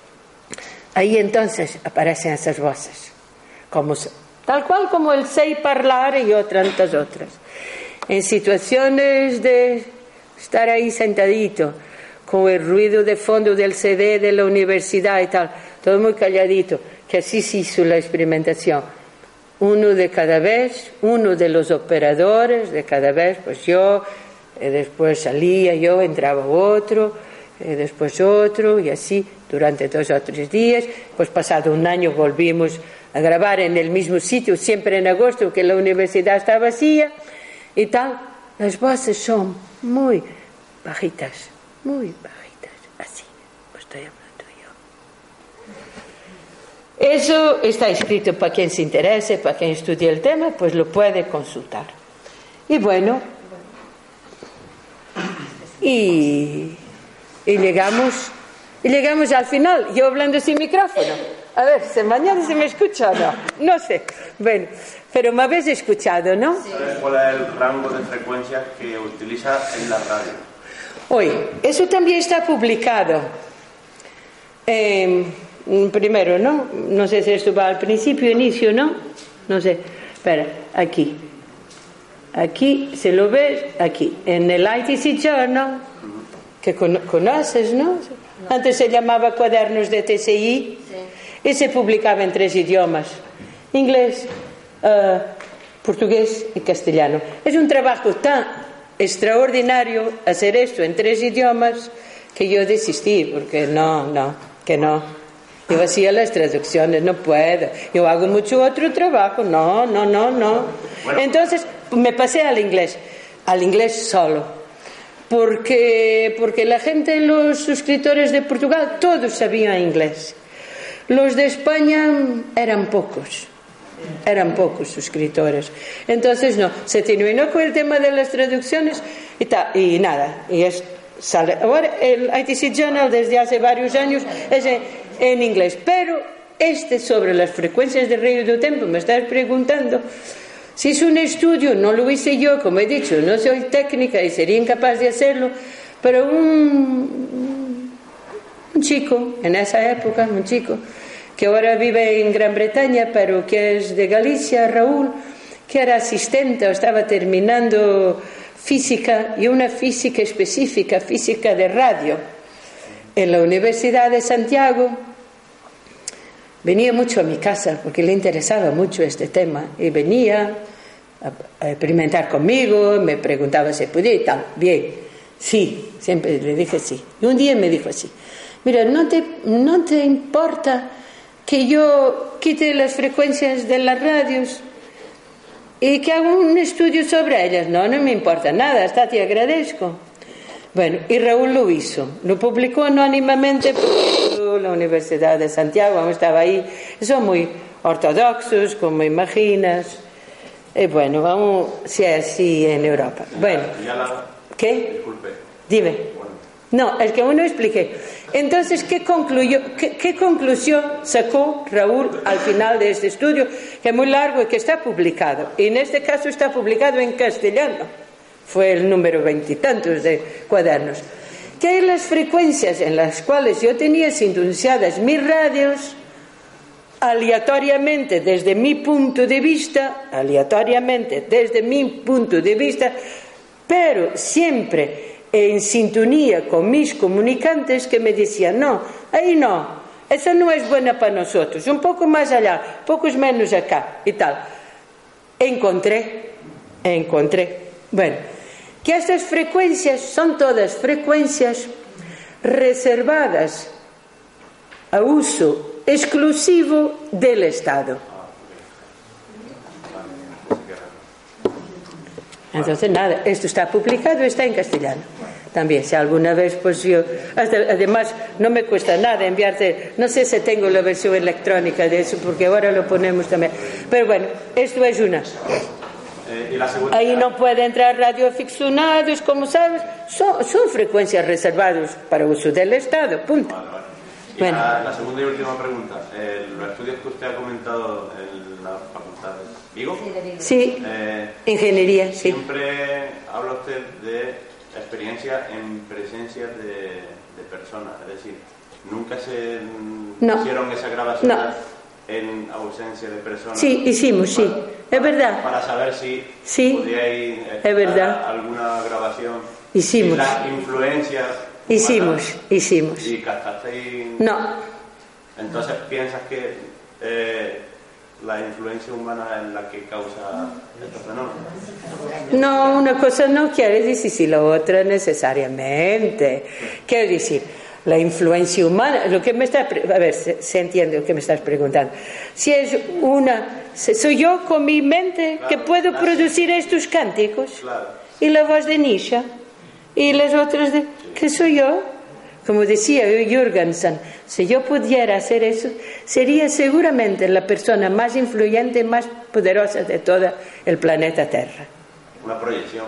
Ahí entonces aparecen esas voces, como, tal cual como el sei parlar y otras tantas otras. En situaciones de estar ahí sentadito, con el ruido de fondo del C D de la universidad y tal, todo muy calladito, que así se hizo la experimentación. Uno de cada vez, uno de los operadores de cada vez, pues yo, y después salía yo, entraba otro, y después otro, y así durante dos o tres días. Pues pasado un año volvimos a grabar en el mismo sitio, siempre en agosto, que la universidad está vacía y tal. Las voces son muy bajitas, muy bajitas, así, pues estoy hablando yo. Eso está escrito para quien se interese, para quien estudie el tema, pues lo puede consultar. Y bueno, y, y llegamos y llegamos al final, yo hablando sin micrófono. A ver, si mañana se me escucha o no, no sé. Bueno, pero me habéis escuchado, ¿no? ¿Sabes cuál es el rango de frecuencia que utiliza en la radio? Oye, eso también está publicado. Eh, primero, ¿no? No sé si esto va al principio, inicio, ¿no? No sé. Espera, aquí. Aquí, se lo ves, aquí. En el I T C Journal, que con- conoces, ¿no? Antes se llamaba Cuadernos de T C I, y se publicaba en tres idiomas: inglés, uh, portugués y castellano. Es un trabajo tan extraordinario hacer esto en tres idiomas que yo desistí, porque no, no, que no. Yo hacía las traducciones, no puedo. Yo hago mucho otro trabajo, no, no, no, no. Entonces me pasé al inglés, al inglés solo, porque, porque la gente, los suscriptores de Portugal, todos sabían inglés. Los de España eran pocos, eran pocos suscriptores. Entonces no, se terminó con el tema de las traducciones y, ta, y nada. Y es, sale. Ahora el I T C Journal desde hace varios años es en, en inglés, pero este sobre las frecuencias de radio del tiempo, me estás preguntando si es un estudio, no lo hice yo, como he dicho, no soy técnica y sería incapaz de hacerlo, pero un, un chico, en esa época, un chico, que ahora vive en Gran Bretaña, pero que es de Galicia, Raúl, que era asistente o estaba terminando física, y una física específica, física de radio, en la Universidad de Santiago. Venía mucho a mi casa porque le interesaba mucho este tema y venía a, a experimentar conmigo, me preguntaba si podía y tal. Bien, sí, siempre le dije sí. Y un día me dijo así: mira, ¿no te, no te importa que yo quite las frecuencias de las radios y que hago un estudio sobre ellas. No, no me importa nada, hasta te agradezco. Bueno, y Raúl lo hizo, lo publicó anónimamente por la Universidad de Santiago, aún estaba ahí. Son muy ortodoxos, como imaginas. Y bueno, aún sea así en Europa. Bueno, ¿qué? Disculpe. Dime. No, es que aún no expliqué. Entonces, ¿qué, concluyó, qué, ¿qué conclusión sacó Raúl al final de este estudio? Que es muy largo y que está publicado. Y en este caso está publicado en castellano. Fue el número veintitantos de cuadernos. Que las frecuencias en las cuales yo tenía sintonizadas mis radios, aleatoriamente desde mi punto de vista, aleatoriamente desde mi punto de vista, pero siempre en sintonía con mis comunicantes que me decían, no, ahí no, esa no es buena para nosotros, un poco más allá, pocos menos acá y tal. Encontré, encontré, bueno, que estas frecuencias son todas frecuencias reservadas a uso exclusivo del Estado. Entonces, nada, esto está publicado, está en castellano. También, si alguna vez, pues yo, hasta, además, no me cuesta nada enviarte, no sé si tengo la versión electrónica de eso, porque ahora lo ponemos también. Pero bueno, esto es una. Eh, ¿y la segunda? Ahí no puede entrar radioaficionados, como sabes, son, son frecuencias reservadas para uso del Estado, punto. Vale, vale. Y Bueno. la, la segunda y última pregunta, eh, los estudios que usted ha comentado en la facultad de Vigo, Sí, eh, ingeniería, sí. siempre habla usted de experiencia en presencia de, de personas, es decir, nunca se No. hicieron esa grabación No. en ausencia de personas. Sí, hicimos, sí, es verdad. Para saber si Sí, podíais es verdad. alguna grabación. Hicimos. Y la influencia. Hicimos, humana, hicimos. Y captasteis. No, Entonces piensas que eh, la influencia humana es la que causa estos fenómenos. no, una cosa no quiere decir si la otra necesariamente. Quiero decir, la influencia humana, lo que me está, a ver, se, se entiende lo que me estás preguntando. Si es una, si soy yo con mi mente Claro, que puedo claro. producir estos cánticos, Claro. y la voz de Nisha, y las otras de, que soy yo. Como decía Jürgensen, si yo pudiera hacer eso, sería seguramente la persona más influyente, más poderosa de todo el planeta Tierra. Una proyección.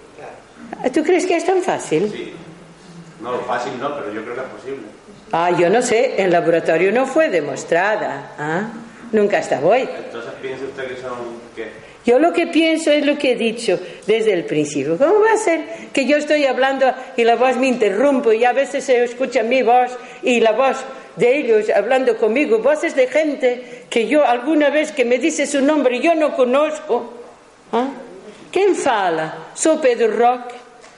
¿Tú crees que es tan fácil? Sí. No, fácil no, pero yo creo que es posible. Ah, yo no sé, en laboratorio no fue demostrada. ¿Ah? Nunca estaba hoy. Entonces piensa usted que son. ¿Qué? Yo lo que pienso es lo que he dicho desde el principio. ¿Cómo va a ser que yo estoy hablando y la voz me interrumpe y a veces se escucha mi voz y la voz de ellos hablando conmigo, voces de gente que yo alguna vez que me dice su nombre yo no conozco? ¿Ah? ¿Quién fala? Soy Pedro Roque.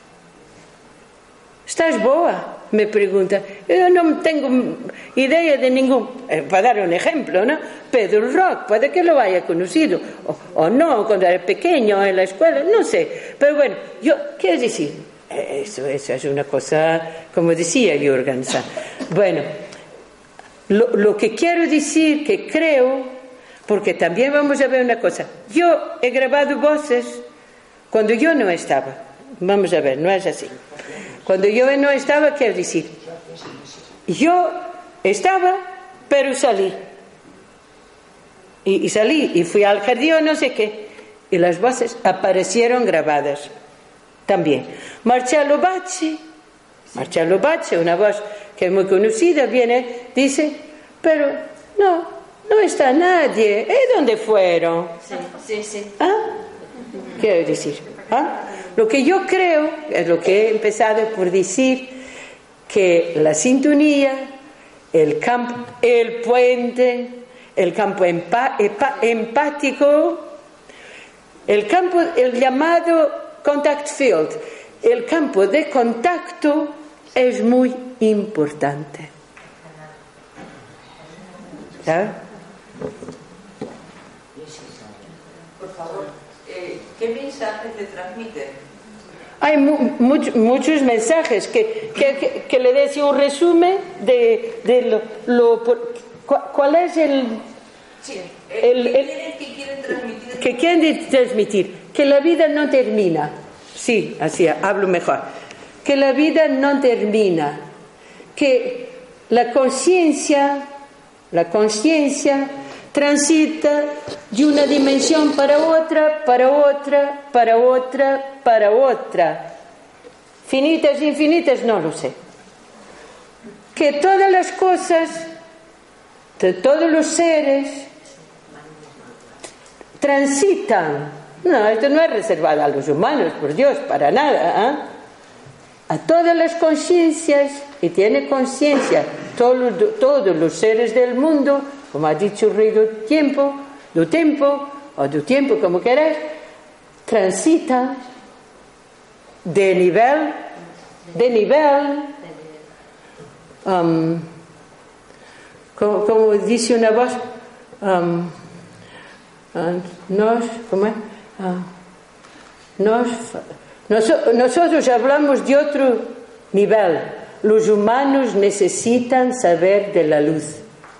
¿Estás boa? Me pregunta. Yo no tengo idea de ningún, eh, para dar un ejemplo, ¿no? Pedro Roque, puede que lo haya conocido, o, o no, cuando era pequeño en la escuela, no sé. Pero bueno, yo, quiero decir, eso, eso es una cosa, como decía Jürgensen. Bueno, lo, lo que quiero decir, que creo, porque también vamos a ver una cosa, yo he grabado voces cuando yo no estaba. Vamos a ver, no es así. Cuando yo no estaba, quiero decir, yo estaba, pero salí. Y, y salí, y fui al jardín o no sé qué. Y las voces aparecieron grabadas también. Marcello Bacci, Marcello Bacci, una voz que es muy conocida, viene, dice, pero no, no está nadie. ¿Y dónde fueron? Sí, sí, sí. ¿Ah? Quiero decir, ¿ah? Lo que yo creo, es lo que he empezado por decir, que la sintonía, el campo, el puente, el campo empa, epa, empático, el campo, el llamado contact field, el campo de contacto es muy importante. ¿Sabes? Por favor, eh, ¿qué mensajes le transmiten? Hay mu much muchos mensajes que, que, que, que le des un resumen de, de lo, lo por, cu ¿cuál es el Sí. El, el, ¿Qué quieren transmitir? ¿Qué quieren transmitir? Que la vida no termina. Sí, así hablo mejor. Que la vida no termina. Que la conciencia, la conciencia transita de una dimensión para otra, para otra, para otra, para otra. Finitas, infinitas, no lo sé. Que todas las cosas, de todos los seres, transitan. No, esto no es reservado a los humanos, por Dios, para nada, ¿eh? A todas las conciencias, y tiene conciencia todos, todos los seres del mundo, como ha dicho el rey del tiempo, del tiempo, o del tiempo, como queráis, transitan de nivel, de nivel, um, como, como dice una voz, um, uh, nos, ¿cómo es? Uh, nos, nos, nosotros hablamos de otro nivel. Los humanos necesitan saber de la luz.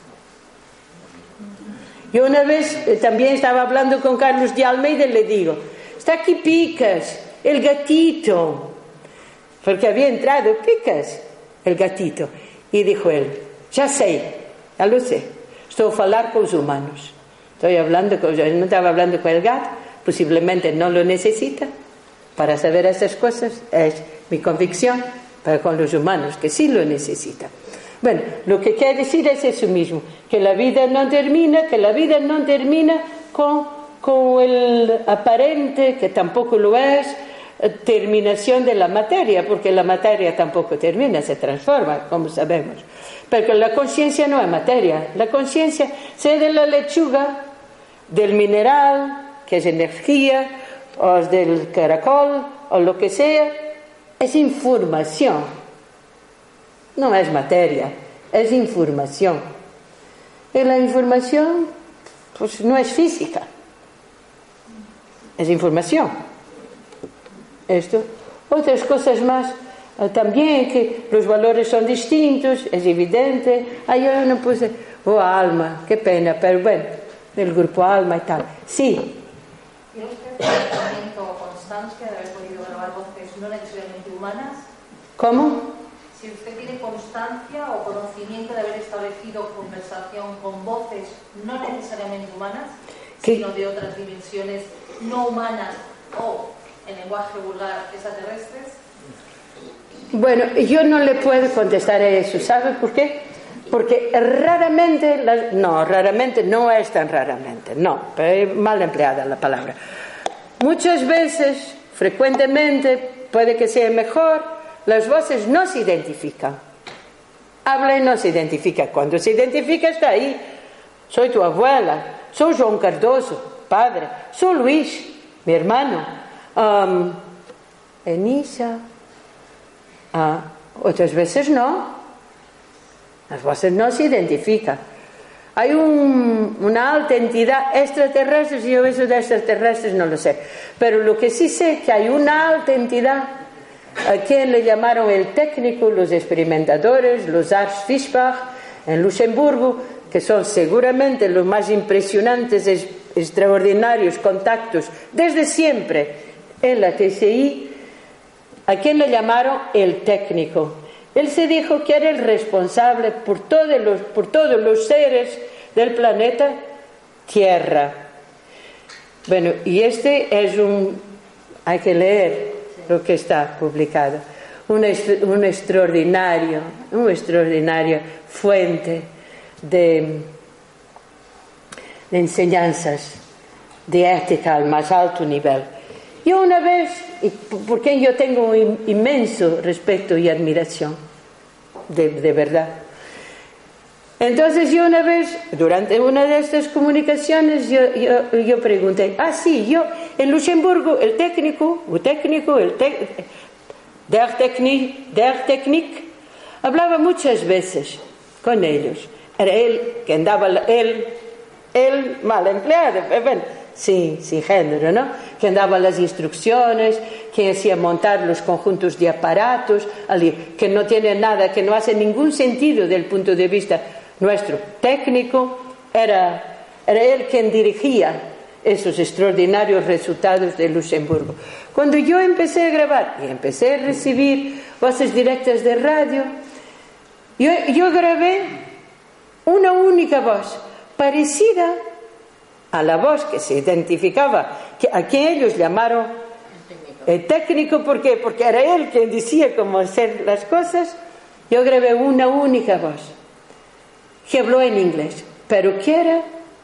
Yo una vez eh, también estaba hablando con Carlos de Almeida y le digo, está aquí Picas, el gatito, porque había entrado Picas, el gatito, y dijo él, ya sé, ya lo sé, estoy a hablar con los humanos, estoy hablando con, yo no estaba hablando con el gato, posiblemente no lo necesita para saber esas cosas, es mi convicción, pero con los humanos que sí lo necesitan. Bueno, lo que quiere decir es eso mismo, que la vida no termina, que la vida no termina con, con el aparente, que tampoco lo es, terminación de la materia, porque la materia tampoco termina, se transforma, como sabemos. Pero la conciencia no es materia, la conciencia, sea de la lechuga, del mineral, que es energía, o del caracol, o lo que sea, es información, no es materia, es información. Y la información, pues no es física, es información. Esto, otras cosas más, también que los valores son distintos, es evidente. Ay, yo no puse, oh alma, qué pena, pero bueno, del grupo alma y tal. Sí. ¿Tiene usted conocimiento o constancia de haber podido grabar voces no necesariamente humanas? ¿Cómo? Si usted tiene constancia o conocimiento de haber establecido conversación con voces no necesariamente humanas, ¿qué? Sino de otras dimensiones no humanas o, en lenguaje vulgar, extraterrestres. Bueno, yo no le puedo contestar a eso, ¿sabe por qué? Porque raramente, la, no, raramente no es tan raramente, no, pero es mal empleada la palabra. Muchas veces, frecuentemente, puede que sea mejor, las voces no se identifican. Habla y no se identifica. Cuando se identifica está ahí. Soy tu abuela, soy João Cardoso, padre, soy Luis, mi hermano, um, Enisa. Ah, otras veces no. Las voces no se identifican. Hay un, una alta entidad extraterrestre, y yo eso de extraterrestres no lo sé, pero lo que sí sé es que hay una alta entidad a quien le llamaron el técnico, los experimentadores, los Ars Fischbach en Luxemburgo, que son seguramente los más impresionantes, es, extraordinarios contactos desde siempre en la T C I, a quien le llamaron el técnico. Él se dijo que era el responsable por todos los, por todos los seres del planeta Tierra. Bueno, y este es un, hay que leer lo que está publicado, un, un extraordinario, un extraordinario fuente de, de enseñanzas de ética al más alto nivel. Yo una vez, y por quien yo tengo un inmenso respeto y admiración, de, de verdad. Entonces yo una vez, durante una de estas comunicaciones, yo, yo, yo pregunté, ah sí, yo en Luxemburgo, el técnico, el técnico, el te, der Technik, der Technik, hablaba muchas veces con ellos. Era él que andaba, él, él mal empleado, bueno, sin, sin género, ¿no? Que andaba las instrucciones, que hacía montar los conjuntos de aparatos, que no tiene nada, que no hace ningún sentido desde el punto de vista nuestro técnico. Era Era él quien dirigía esos extraordinarios resultados de Luxemburgo. Cuando yo empecé a grabar y empecé a recibir voces directas de radio, yo, yo grabé una única voz parecida a la voz que se identificaba, que, a quien ellos llamaron el técnico. ¿Por qué? Porque era él quien decía cómo hacer las cosas. Yo grabé una única voz que habló en inglés, pero que era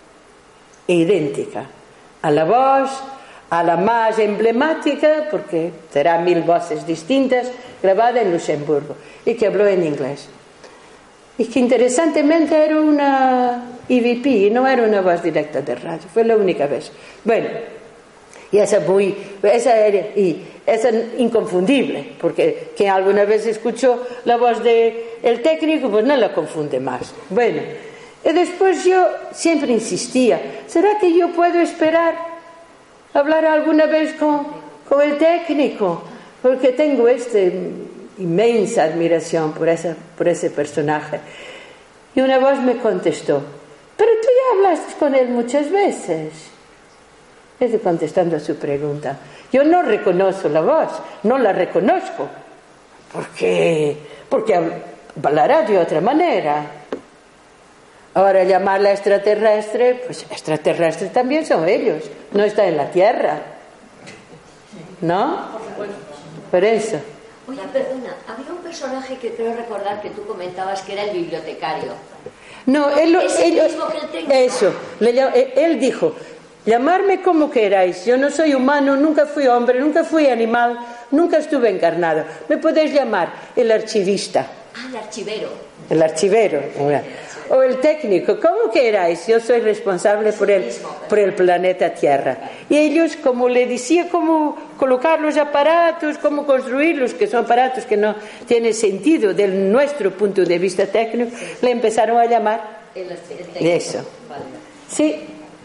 idéntica a la voz, a la más emblemática, porque será mil voces distintas, grabada en Luxemburgo, y que habló en inglés. Y que interesantemente era una E V P, no era una voz directa de radio, fue la única vez. Bueno, y esa muy, esa era, y esa inconfundible, porque quien alguna vez escuchó la voz del técnico, pues no la confunde más. Bueno, y después yo siempre insistía, ¿será que yo puedo esperar hablar alguna vez con, con el técnico? Porque tengo esta inmensa admiración por, esa, por ese personaje. Y una voz me contestó, pero tú ya hablaste con él muchas veces. Estoy contestando a su pregunta. Yo no reconozco la voz, no la reconozco, porque, porque hablará de otra manera. Ahora, llamarla extraterrestre, pues extraterrestres también son ellos, no está en la Tierra, ¿no? Por eso. Oye, perdona, había un personaje que creo recordar que tú comentabas que era el bibliotecario. No, él, ¿Es el él, mismo que el técnico? eso, le, él dijo, llamarme como queráis, yo no soy humano, nunca fui hombre, nunca fui animal, nunca estuve encarnado. Me podéis llamar el archivista. Ah, el archivero. El archivero. O el técnico, como queráis, yo soy responsable por el, por el planeta Tierra. Y ellos, como le decía, cómo colocar los aparatos, cómo construirlos, que son aparatos que no tienen sentido desde nuestro punto de vista técnico, le empezaron a llamar el, el técnico. Eso. Vale. Sí.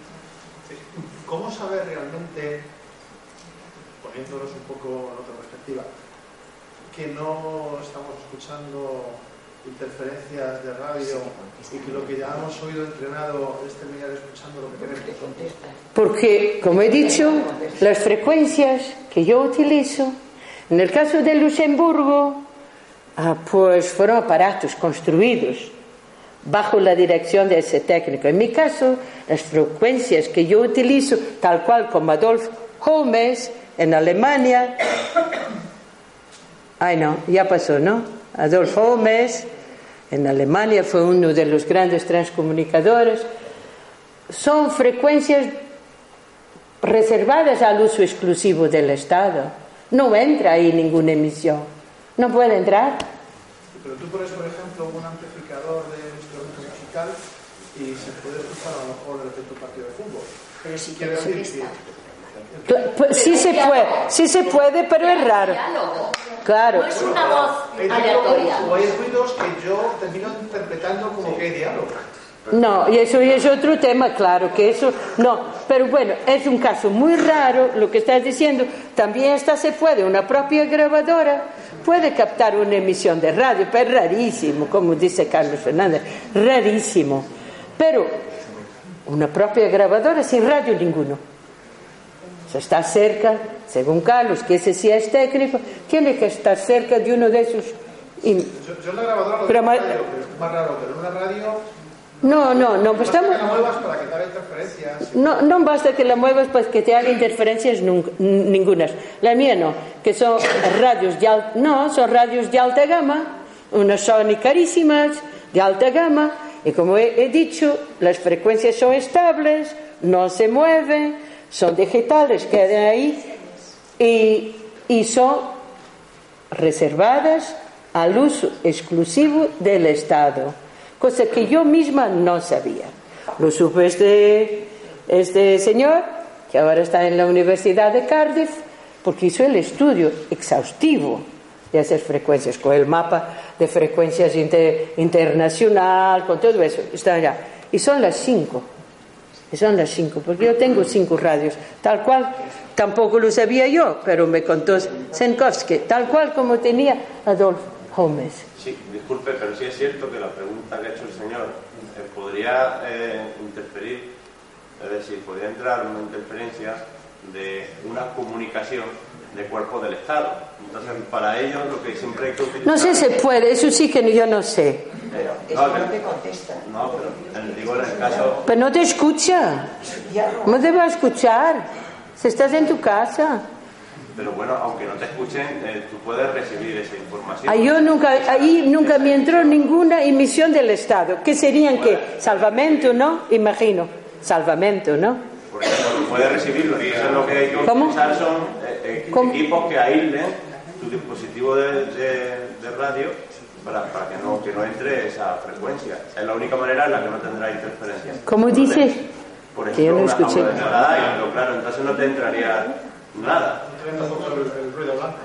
¿Cómo saber realmente, poniéndonos un poco en otra perspectiva, que no estamos escuchando interferencias de radio y que lo que ya hemos oído entrenado es terminar escuchando lo que queremos? Porque, como he dicho, las frecuencias que yo utilizo, en el caso de Luxemburgo, ah, pues fueron aparatos construidos bajo la dirección de ese técnico. En mi caso, las frecuencias que yo utilizo, tal cual como Adolf Holmes en Alemania, ay no, ya pasó, ¿no? Adolf Holmes en Alemania fue uno de los grandes transcomunicadores. Son frecuencias reservadas al uso exclusivo del Estado. No entra ahí ninguna emisión. No puede entrar. Pero tú pones, por ejemplo, un amplificador de un instrumento musical y se puede escuchar a lo mejor desde tu partido de fútbol. Pero si quiere decir que... Pues, sí se puede, sí se puede, pero es raro. Claro. No es una voz aleatoria. O hay ruidos que yo termino interpretando como que hay diálogo. No, y eso es otro tema, claro, que eso no, pero bueno, es un caso muy raro lo que estás diciendo. También esta se puede, una propia grabadora puede captar una emisión de radio, pero es rarísimo, como dice Carlos Fernández, rarísimo. Pero una propia grabadora sin radio ninguno. O sea, está cerca, según Carlos, que ese sí es técnico, tiene que estar cerca de uno de esos. Y, yo, yo en la grabadora lo pero tengo radio, pero es más raro, pero en una radio... No, no, no, pues estamos... que la muevas para que te haga interferencias. No, no basta que la muevas para que te haga interferencias nunca, ningunas. La mía no, que son radios de alta... No, son radios de alta gama, unas son carísimas, de alta gama, y como he, he dicho, las frecuencias son estables, no se mueven, son digitales, quedan ahí, y, y son reservadas al uso exclusivo del Estado. Cosa que yo misma no sabía. Lo supe este, este señor, que ahora está en la Universidad de Cardiff, porque hizo el estudio exhaustivo de esas frecuencias, con el mapa de frecuencias inter, internacional, con todo eso, está allá. Y son las cinco, y son las cinco, porque yo tengo cinco radios, tal cual, tampoco lo sabía yo, pero me contó Senkowski, tal cual como tenía Adolf Holmes. Sí, disculpe, pero sí es cierto que la pregunta que ha hecho el señor eh, podría eh, interferir Es decir, podría entrar una interferencia de una comunicación de cuerpos del Estado. Entonces, para ellos lo que siempre hay que utilizar... No sé si se puede, eso sí que yo no sé. Eh, Es no, que no que- te contesta. no, pero eh, digo en el caso... Pero no te escucha. ¿Cómo te va a escuchar? Si estás en tu casa. Pero bueno, aunque no te escuchen, eh, tú puedes recibir esa información. Ah, yo nunca, ahí nunca me entró ninguna emisión del Estado. ¿Qué serían qué? Salvamento, ¿no? Imagino. Salvamento, ¿no? Porque tú puedes recibirlo. Y eso es lo que hay que ¿Cómo? utilizar son eh, eh, ¿Cómo? equipos que aíslen tu dispositivo de, de, de radio para, para que, no, que no entre esa frecuencia. Es la única manera en la que no tendrá interferencia. ¿Cómo dices? Por Que yo ejemplo, no una escuché. jaula de parada, y, claro, entonces no te entraría nada. El, el ruido blanco.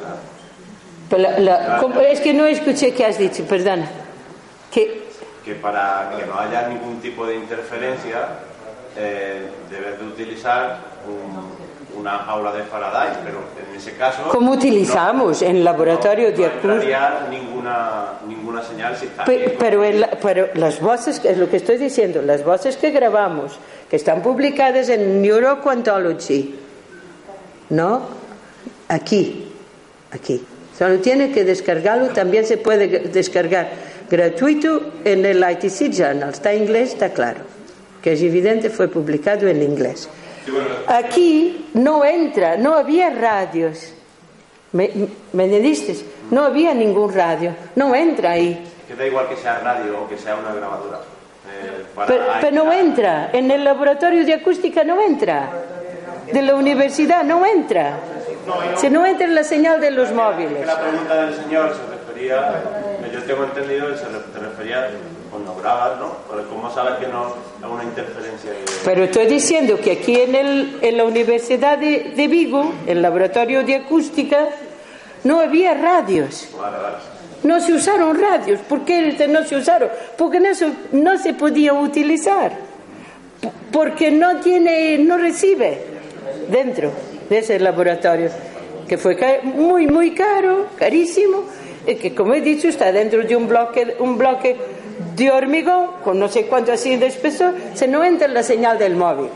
Pero la- la- ¿cómo? Es que no escuché qué has dicho, perdona. Que, Que para que no haya ningún tipo de interferencia eh, debes de utilizar un- una jaula de Faraday, pero en ese caso ¿Cómo utilizamos en el laboratorio no, de no acústica? entraría ninguna ninguna señal si está Pe- aquí. Pero, en la- pero las voces, es lo que estoy diciendo, las voces que grabamos, que están publicadas en Neuroquantology, ¿no? Aquí, aquí. Solo tiene que descargarlo, también se puede g- descargar gratuito en el I T C Journal. Está en inglés, está claro. Que es evidente, fue publicado en inglés. Aquí no entra, no había radios. ¿Me, me entendiste? No había ningún radio, no entra ahí. Que da igual que sea radio o que sea una grabadora. Eh, para Pero, pero no aislar. entra, en el laboratorio de acústica no entra, de la universidad no entra, si no entra la señal de los Que móviles. la pregunta del señor se refería, yo tengo entendido que se re- te refería cuando grabas, ¿no? Porque ¿cómo sabes que no hay una interferencia? De... Pero estoy diciendo que aquí en, el, en la Universidad de, de Vigo, el laboratorio de acústica, no había radios. Vale, vale. No se usaron radios. ¿Por qué no se usaron? Porque no se, no se podía utilizar. P- Porque no tiene, no recibe dentro de ese laboratorio, que fue ca- muy, muy caro, carísimo, y que, como he dicho, está dentro de un bloque, un bloque de hormigón, con no sé cuánto así de espesor, se no entra la señal del móvil.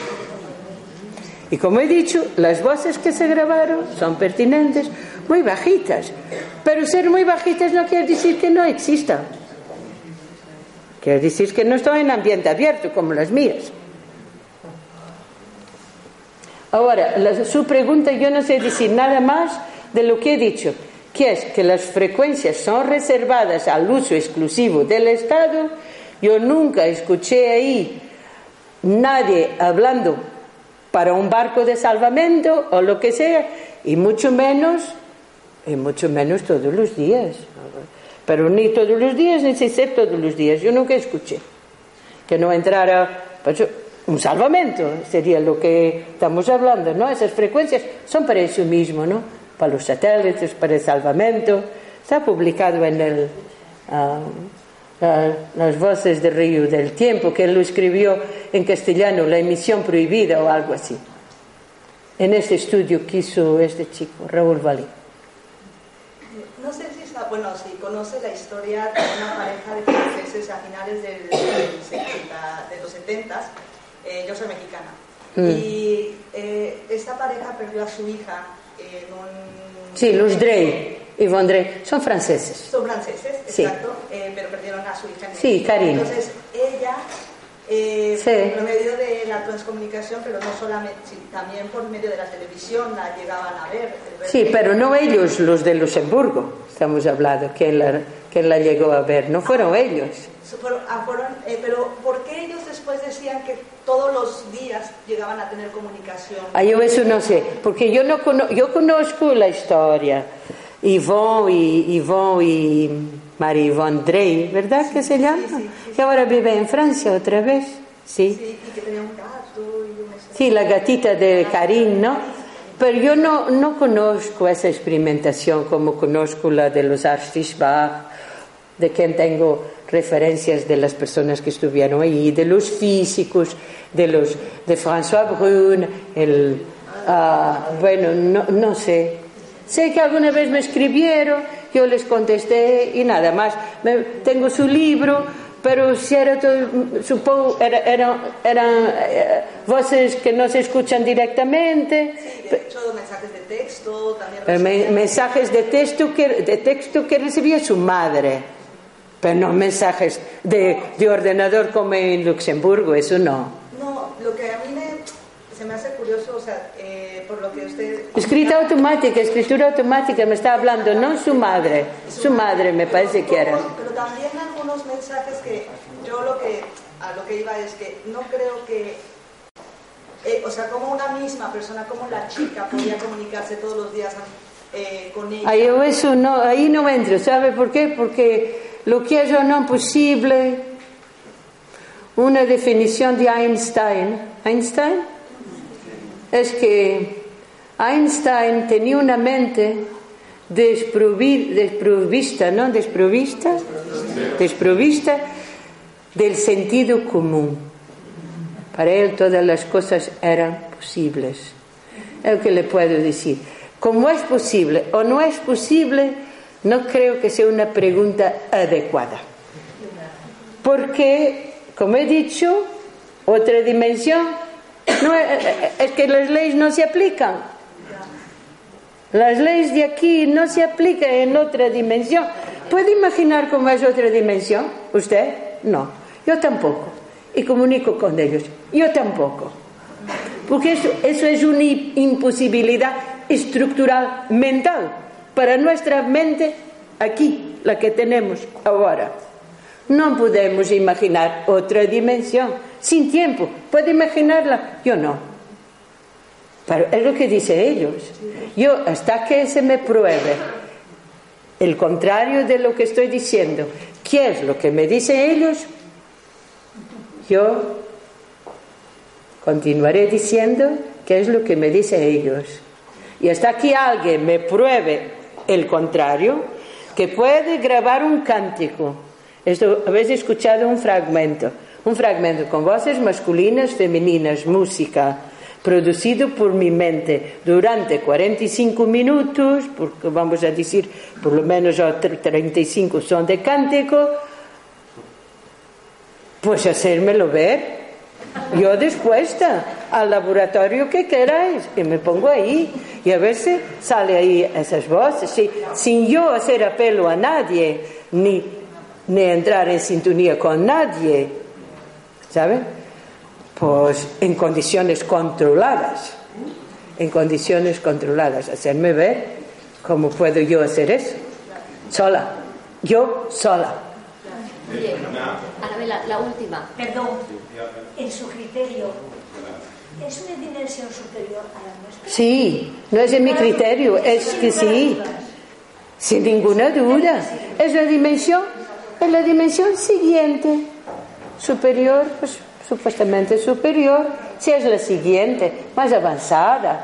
Y como he dicho, las voces que se grabaron son pertinentes, muy bajitas. Pero ser muy bajitas no quiere decir que no existan. Quiere decir que no estoy en ambiente abierto como las mías. Ahora, la- su pregunta, yo no sé decir nada más de lo que he dicho, que es que las frecuencias son reservadas al uso exclusivo del Estado. Yo nunca escuché ahí nadie hablando para un barco de salvamento o lo que sea, y mucho menos, y mucho menos todos los días. Pero ni todos los días, ni sin ser todos los días. Yo nunca escuché que no entrara, pues, un salvamento, sería lo que estamos hablando, ¿no? Esas frecuencias son para eso mismo, ¿no? Para los satélites, para el salvamento. Está publicado en el ah, ah, Las voces del río del tiempo, que él lo escribió en castellano, La emisión prohibida o algo así. En este estudio que hizo este chico, Raúl Valí. No sé si está, bueno, si conoce la historia de una pareja de franceses a finales del, del setenta, de los setentas. Eh, yo soy mexicana. Mm. Y eh, esta pareja perdió a su hija en un... Sí, los Drey, Yvonne Drey, son franceses. Son franceses, Sí. exacto, eh, pero perdieron a su hija en Sí, México. Karine. Entonces, ella, eh, Sí. por medio de la transcomunicación, pero no solamente, sí, también por medio de la televisión la llegaban a ver. Sí, pero no ellos, los de Luxemburgo, estamos hablando, que la, que la llegó a ver, no fueron ellos. Fueron, ah, fueron, eh, pero ¿por qué ellos después decían que todos los días llegaban a tener comunicación? Ah, yo eso no sé, porque yo no cono yo conozco la historia. Yvonne y, Yvonne y Marie-Yvonne Drey, ¿verdad que se llama? Sí, sí, sí, Que ahora vive en Francia otra vez. Sí. Sí, y que tenía un gato y un... Sí, la gatita de Karine, ¿no? Pero yo no, no conozco esa experimentación como conozco la de los Archfischbach, de quien tengo referencias de las personas que estuvieron ahí, de los físicos, de los de François Brun, el ah, bueno, no, no sé. Sé que alguna vez me escribieron, yo les contesté y nada más. Me, tengo su libro, pero si era todo, supongo, eran era, era, eh, voces que no se escuchan directamente. Sí, de hecho, mensajes de texto también. Pero me, mensajes de texto, que, de texto que recibía su madre, pero no mensajes de, de ordenador como en Luxemburgo, eso no. No, lo que a mí me, se me hace curioso, o sea, eh, por lo que usted... Escrita automática, escritura automática, me está hablando, no su madre, su madre me parece que era. Pero también algunos mensajes que yo lo que, a lo que iba es que no creo que, eh, o sea, como una misma persona, como la chica podía comunicarse todos los días eh, con ella. Ahí eso no, ahí no entro, ¿sabe por qué? Porque lo que es o no posible, una definición de Einstein, Einstein, es que Einstein tenía una mente desprovista, ¿no? Desprovista, desprovista del sentido común. Para él todas las cosas eran posibles. Es lo que le puedo decir. Como es posible o no es posible, no creo que sea una pregunta adecuada. Porque, como he dicho, otra dimensión, no es, es que las leyes no se aplican. Las leyes de aquí no se aplican en otra dimensión. ¿Puede imaginar cómo es otra dimensión? ¿Usted? No. Yo tampoco. Y comunico con ellos. Yo tampoco. Porque eso, eso es una imposibilidad estructural mental para nuestra mente aquí, la que tenemos ahora. No podemos imaginar otra dimensión sin tiempo. ¿Puede imaginarla? Yo no. Pero es lo que dicen ellos. Yo, hasta que se me pruebe el contrario de lo que estoy diciendo, ¿qué es lo que me dicen ellos? Yo continuaré diciendo qué es lo que me dicen ellos. Y hasta que alguien me pruebe el contrario, que puede grabar un cántico. Esto, habéis escuchado un fragmento, un fragmento con voces masculinas, femeninas, música, producido por mi mente durante cuarenta y cinco minutos, porque vamos a decir por lo menos treinta y cinco son de cántico, pues hacérmelo ver. Yo dispuesta al laboratorio que queráis y me pongo ahí y a ver si sale ahí esas voces, sí, sin yo hacer apelo a nadie ni, ni entrar en sintonía con nadie, ¿sabe? Pues en condiciones controladas, en condiciones controladas, hacerme ver cómo puedo yo hacer eso, sola, yo sola. Oye, Anabela, la última. Perdón, en su criterio, ¿es una dimensión superior a la nuestra? Sí, no es en mi criterio, es que sí, sin ninguna duda. Es la dimensión, es la dimensión siguiente, superior, pues supuestamente superior, si es la siguiente, más avanzada.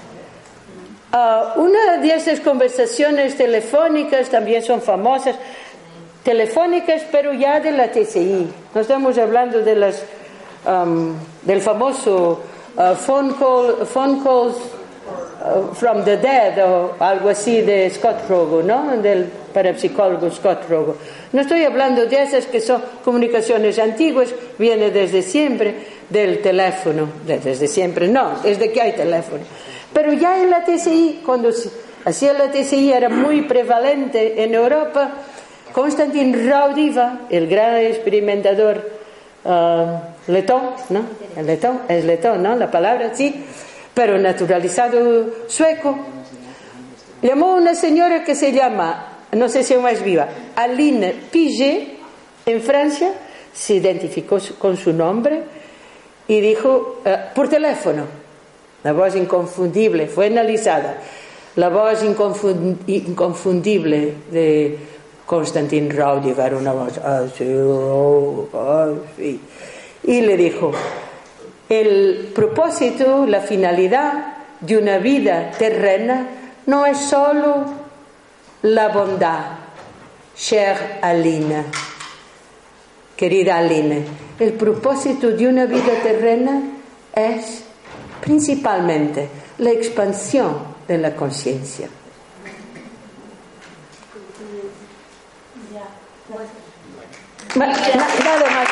Uh, una de esas conversaciones telefónicas también son famosas, telefónicas, pero ya de la T C I. No estamos hablando de las um, del famoso uh, phone call, phone calls uh, from the dead o algo así de Scott Rogo, ¿no? Del parapsicólogo Scott Rogo. No estoy hablando de esas que son comunicaciones antiguas, viene desde siempre del teléfono, desde siempre no, desde que hay teléfono. Pero ya en la T C I, cuando hacía la T C I era muy prevalente en Europa. Konstantin Raudiva, el gran experimentador uh, letón, ¿no? El letón, es letón, ¿no? La palabra, sí, pero naturalizado sueco, llamó a una señora que se llama, no sé si aún es viva, Aline Piget, en Francia, se identificó con su nombre y dijo, uh, por teléfono, la voz inconfundible, fue analizada, la voz inconfundible de Konstantin Raudiva era una voz así, así, y le dijo, el propósito, la finalidad de una vida terrena no es solo la bondad, chère Aline, querida Aline, el propósito de una vida terrena es principalmente la expansión de la conciencia. Nada más.